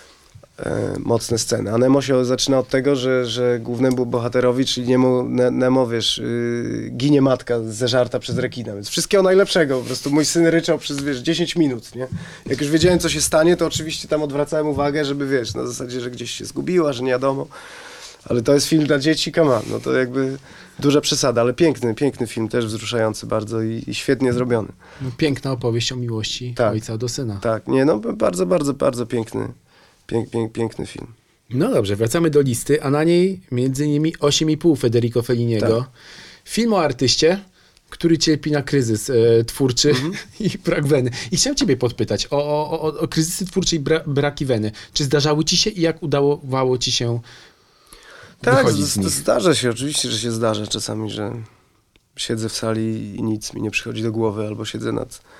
mocne sceny. A Nemo się zaczyna od tego, że głównemu bohaterowi, czyli Nemo, wiesz, ginie matka zeżarta przez rekina, więc wszystkiego najlepszego. Po prostu mój syn ryczał przez, wiesz, 10 minut, nie? Jak już wiedziałem, co się stanie, to oczywiście tam odwracałem uwagę, żeby, wiesz, na zasadzie, że gdzieś się zgubiła, że nie wiadomo. Ale to jest film dla dzieci, come on, no to jakby duża przesada, ale piękny film, też wzruszający bardzo i świetnie zrobiony. No, piękna opowieść o miłości ojca do syna. Tak, nie, no bardzo, bardzo, bardzo piękny film. No dobrze, wracamy do listy, a na niej między innymi 8,5 Federico Felliniego. Tak. Film o artyście, który cierpi na kryzys twórczy i brak weny. I chciałem ciebie podpytać o kryzysy twórcze i braki weny. Czy zdarzały ci się i jak udawało ci się tak, zdarza się, oczywiście, że się zdarza czasami, że siedzę w sali i nic mi nie przychodzi do głowy, albo siedzę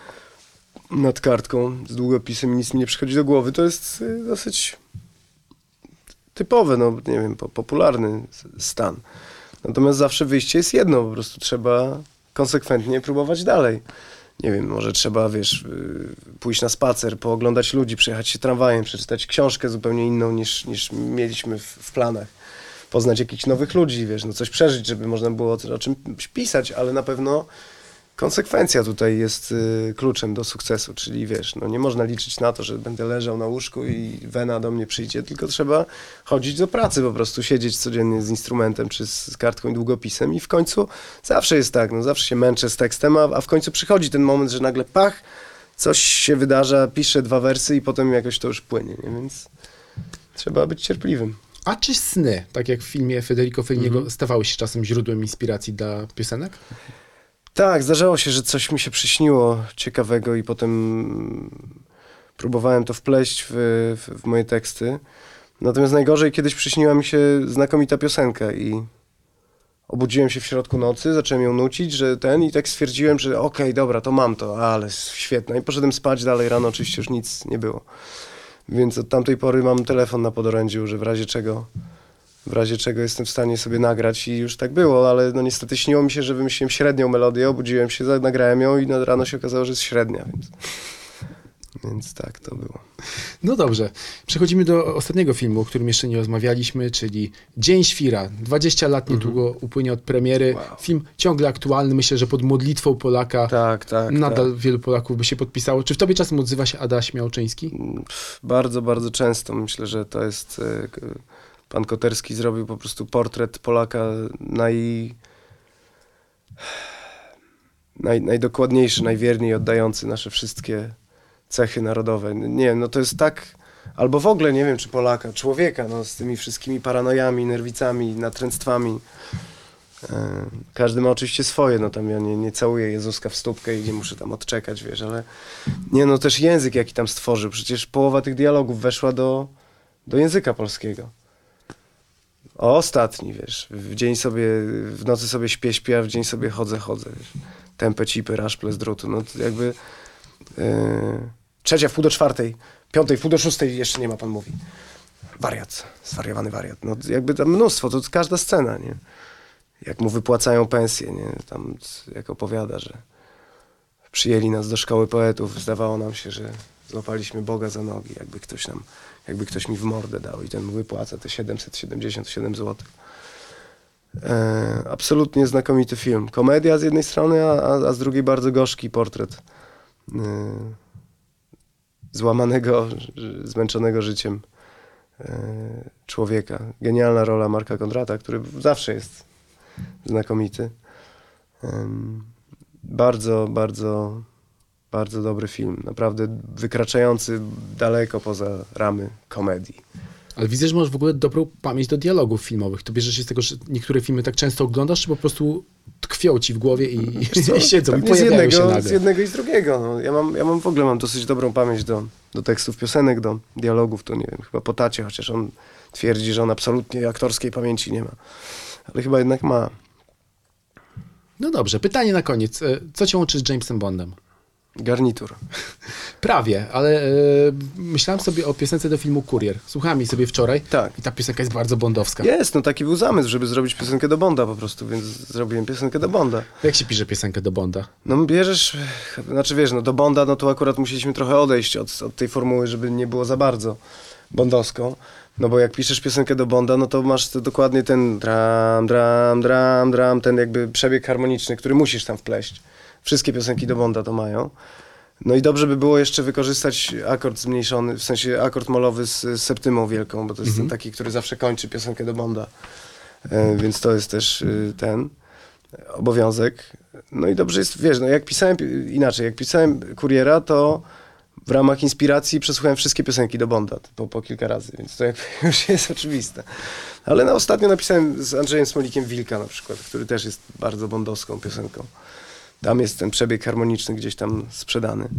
nad kartką z długopisem i nic mi nie przychodzi do głowy. To jest dosyć typowe, no nie wiem, popularny stan. Natomiast zawsze wyjście jest jedno, po prostu trzeba konsekwentnie próbować dalej. Nie wiem, może trzeba, wiesz, pójść na spacer, pooglądać ludzi, przejechać się tramwajem, przeczytać książkę zupełnie inną niż mieliśmy w planach. Poznać jakichś nowych ludzi, wiesz, no coś przeżyć, żeby można było o czym pisać, ale na pewno konsekwencja tutaj jest kluczem do sukcesu, czyli wiesz, no nie można liczyć na to, że będę leżał na łóżku i wena do mnie przyjdzie, tylko trzeba chodzić do pracy, po prostu siedzieć codziennie z instrumentem czy z kartką i długopisem i w końcu zawsze jest tak, no zawsze się męczę z tekstem, a w końcu przychodzi ten moment, że nagle pach, coś się wydarza, piszę 2 wersy i potem jakoś to już płynie, nie? Więc trzeba być cierpliwym. A czy sny, tak jak w filmie Federico Felliniego, stawały się czasem źródłem inspiracji dla piosenek? Tak, zdarzało się, że coś mi się przyśniło ciekawego i potem próbowałem to wpleść w moje teksty. Natomiast najgorzej kiedyś przyśniła mi się znakomita piosenka i obudziłem się w środku nocy, zacząłem ją nucić, i tak stwierdziłem, że okej, dobra, to mam to, ale świetna. I poszedłem spać dalej, rano oczywiście już nic nie było. Więc od tamtej pory mam telefon na podorędziu, że w razie czego jestem w stanie sobie nagrać i już tak było, ale no niestety śniło mi się, że wymyśliłem średnią melodię, obudziłem się, nagrałem ją i rano się okazało, że jest średnia, więc tak to było. No dobrze, przechodzimy do ostatniego filmu, o którym jeszcze nie rozmawialiśmy, czyli Dzień Świra. 20 lat niedługo upłynie od premiery. Wow. Film ciągle aktualny, myślę, że pod modlitwą Polaka. Tak. Nadal wielu Polaków by się podpisało. Czy w tobie czasem odzywa się Adaś Miałczyński? Bardzo, bardzo często. Myślę, że to jest... Pan Koterski zrobił po prostu portret Polaka najdokładniejszy, najwierniej oddający nasze wszystkie cechy narodowe. Nie wiem, no to jest tak, albo w ogóle nie wiem, czy Polaka, człowieka, no z tymi wszystkimi paranojami, nerwicami, natręctwami. Każdy ma oczywiście swoje, no tam ja nie całuję Jezuska w stópkę i nie muszę tam odczekać, wiesz, ale nie, no też język, jaki tam stworzył. Przecież połowa tych dialogów weszła do języka polskiego. Ostatni, wiesz, w nocy sobie śpię, a w dzień sobie chodzę, wiesz. Tempę, cipy, raszple z drutu, no to jakby 3:00, 3:45, 5:00, 5:45 jeszcze nie ma, pan mówi. Wariat, zwariowany wariat, no jakby tam mnóstwo, to każda scena, nie? Jak mu wypłacają pensję, nie? Tam jak opowiada, że przyjęli nas do szkoły poetów, zdawało nam się, że Złapaliśmy Boga za nogi, jakby ktoś mi w mordę dał i ten mu wypłaca te 777 zł. Absolutnie znakomity film. Komedia z jednej strony, a z drugiej bardzo gorzki portret złamanego, zmęczonego życiem człowieka. Genialna rola Marka Kondrata, który zawsze jest znakomity. Bardzo, bardzo, bardzo dobry film. Naprawdę wykraczający daleko poza ramy komedii. Ale widzę, że masz w ogóle dobrą pamięć do dialogów filmowych. To bierzesz się z tego, że niektóre filmy tak często oglądasz, czy po prostu tkwią ci w głowie i siedzą i pojawiają się nagle? Z jednego i z drugiego. No. Ja w ogóle mam dosyć dobrą pamięć do tekstów piosenek, do dialogów. To nie wiem, chyba po tacie, chociaż on twierdzi, że on absolutnie aktorskiej pamięci nie ma. Ale chyba jednak ma. No dobrze, pytanie na koniec. Co cię łączy z Jamesem Bondem? Garnitur. Prawie, ale myślałem sobie o piosence do filmu Kurier. Słuchałem jej sobie wczoraj Tak. i ta piosenka jest bardzo bondowska. Jest, no taki był zamysł, żeby zrobić piosenkę do Bonda po prostu, więc zrobiłem piosenkę do Bonda. Jak się pisze piosenkę do Bonda? No bierzesz, znaczy wiesz, no do Bonda, no to akurat musieliśmy trochę odejść od tej formuły, żeby nie było za bardzo bondowską. No bo jak piszesz piosenkę do Bonda, no to masz dokładnie ten dram, ten jakby przebieg harmoniczny, który musisz tam wpleść. Wszystkie piosenki do Bonda to mają. No i dobrze by było jeszcze wykorzystać akord zmniejszony, w sensie akord molowy z septymą wielką, bo to jest ten taki, który zawsze kończy piosenkę do Bonda. Więc to jest też ten obowiązek. No i dobrze jest, wiesz, no jak pisałem Kuriera, to w ramach inspiracji przesłuchałem wszystkie piosenki do Bonda po kilka razy, więc to jakby już jest oczywiste. Ale no, ostatnio napisałem z Andrzejem Smolikiem Wilka na przykład, który też jest bardzo bondowską piosenką. Tam jest ten przebieg harmoniczny gdzieś tam sprzedany.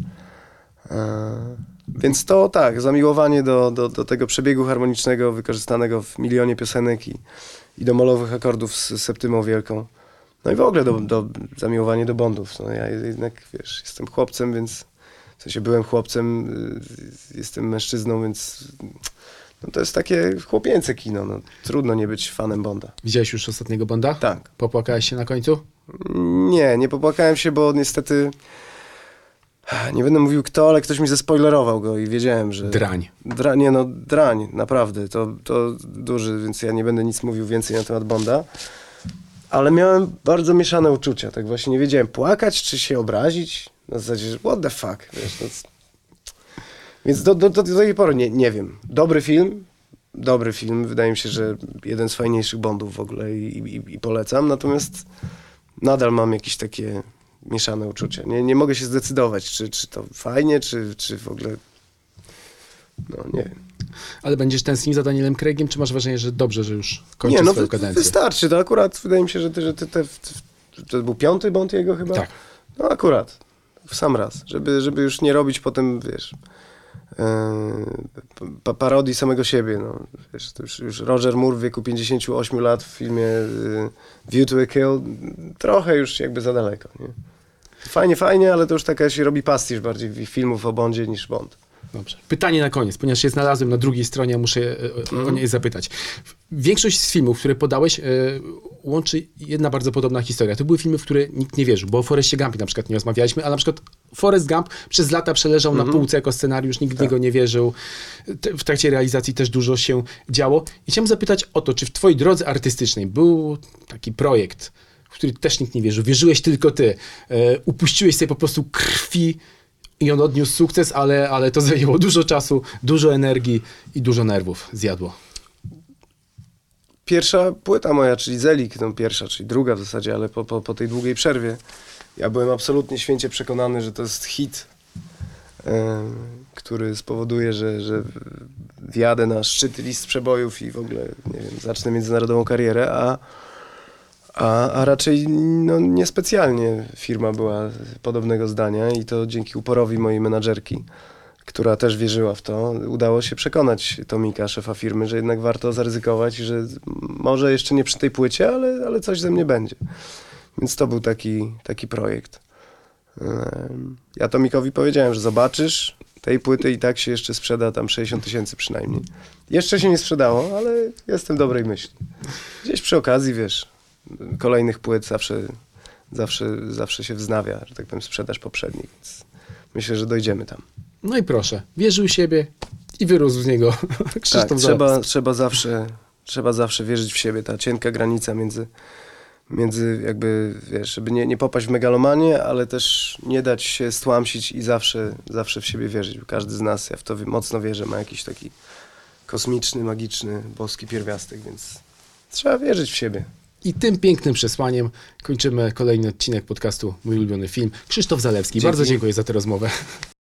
Więc to tak, zamiłowanie do tego przebiegu harmonicznego wykorzystanego w milionie piosenek i do molowych akordów z septymą wielką. No i w ogóle zamiłowanie do Bondów. No ja jednak, wiesz, jestem chłopcem, więc w sensie byłem chłopcem, jestem mężczyzną, więc no to jest takie chłopięce kino. No. Trudno nie być fanem Bonda. Widziałeś już ostatniego Bonda? Tak. Popłakałeś się na końcu? Nie popłakałem się, bo niestety nie będę mówił kto, ale ktoś mi zespoilerował go i wiedziałem, że... Drań. Drań, naprawdę. To duży, więc ja nie będę nic mówił więcej na temat Bonda. Ale miałem bardzo mieszane uczucia. Tak właśnie nie wiedziałem, płakać czy się obrazić. Na zasadzie, że what the fuck. Wiesz, no, więc do tej pory nie wiem. Dobry film. Wydaje mi się, że jeden z fajniejszych Bondów w ogóle i polecam. Natomiast nadal mam jakieś takie mieszane uczucia. Nie mogę się zdecydować, czy to fajnie, czy w ogóle... No, nie wiem. Ale będziesz tęsknił za Danielem Craigiem, czy masz wrażenie, że dobrze, że już kończy swoją kadencję? Wystarczy. To akurat wydaje mi się, że to był 5. Bond jego chyba? Tak. No akurat. W sam raz. Żeby już nie robić potem, wiesz... parodii samego siebie. No. Wiesz, to już Roger Moore w wieku 58 lat w filmie View to a Kill trochę już jakby za daleko. Nie? Fajnie, ale to już taka się robi pastisz bardziej filmów o Bondzie niż Bond. Dobrze. Pytanie na koniec, ponieważ się znalazłem na drugiej stronie, muszę o niej zapytać. Większość z filmów, które podałeś, łączy jedna bardzo podobna historia. To były filmy, w które nikt nie wierzył, bo o Forrestie Gumpie na przykład nie rozmawialiśmy, ale na przykład Forrest Gump przez lata przeleżał na półce jako scenariusz, nikt w niego nie wierzył. W trakcie realizacji też dużo się działo. I chciałem zapytać o to, czy w twojej drodze artystycznej był taki projekt, w który też nikt nie wierzył, wierzyłeś tylko ty, upuściłeś sobie po prostu krwi i on odniósł sukces, ale to zajęło dużo czasu, dużo energii i dużo nerwów zjadło. Pierwsza płyta moja, czyli Zelik, no pierwsza, czyli druga w zasadzie, ale po tej długiej przerwie, ja byłem absolutnie święcie przekonany, że to jest hit, który spowoduje, że wjadę na szczyt list przebojów i w ogóle, nie wiem, zacznę międzynarodową karierę, a raczej no, niespecjalnie firma była podobnego zdania i to dzięki uporowi mojej menadżerki, która też wierzyła w to, udało się przekonać Tomika, szefa firmy, że jednak warto zaryzykować i że może jeszcze nie przy tej płycie, ale coś ze mnie będzie. Więc to był taki projekt. Ja Tomikowi powiedziałem, że zobaczysz, tej płyty i tak się jeszcze sprzeda tam 60 000 przynajmniej. Jeszcze się nie sprzedało, ale jestem dobrej myśli. Gdzieś przy okazji, wiesz, kolejnych płyt zawsze się wznawia, że tak powiem, sprzedaż poprzednich, więc myślę, że dojdziemy tam. No i proszę, wierzył w siebie i wyrósł z niego Krzysztof Tak, Zalewski. trzeba zawsze wierzyć w siebę. Ta cienka granica między jakby, wiesz, żeby nie popaść w megalomanię, ale też nie dać się stłamsić i zawsze w siebie wierzyć. Każdy z nas, ja w to mocno wierzę, ma jakiś taki kosmiczny, magiczny, boski pierwiastek, więc trzeba wierzyć w siebie. I tym pięknym przesłaniem kończymy kolejny odcinek podcastu Mój ulubiony film. Krzysztof Zalewski, Dzięki. bardzo dziękuję za tę rozmowę.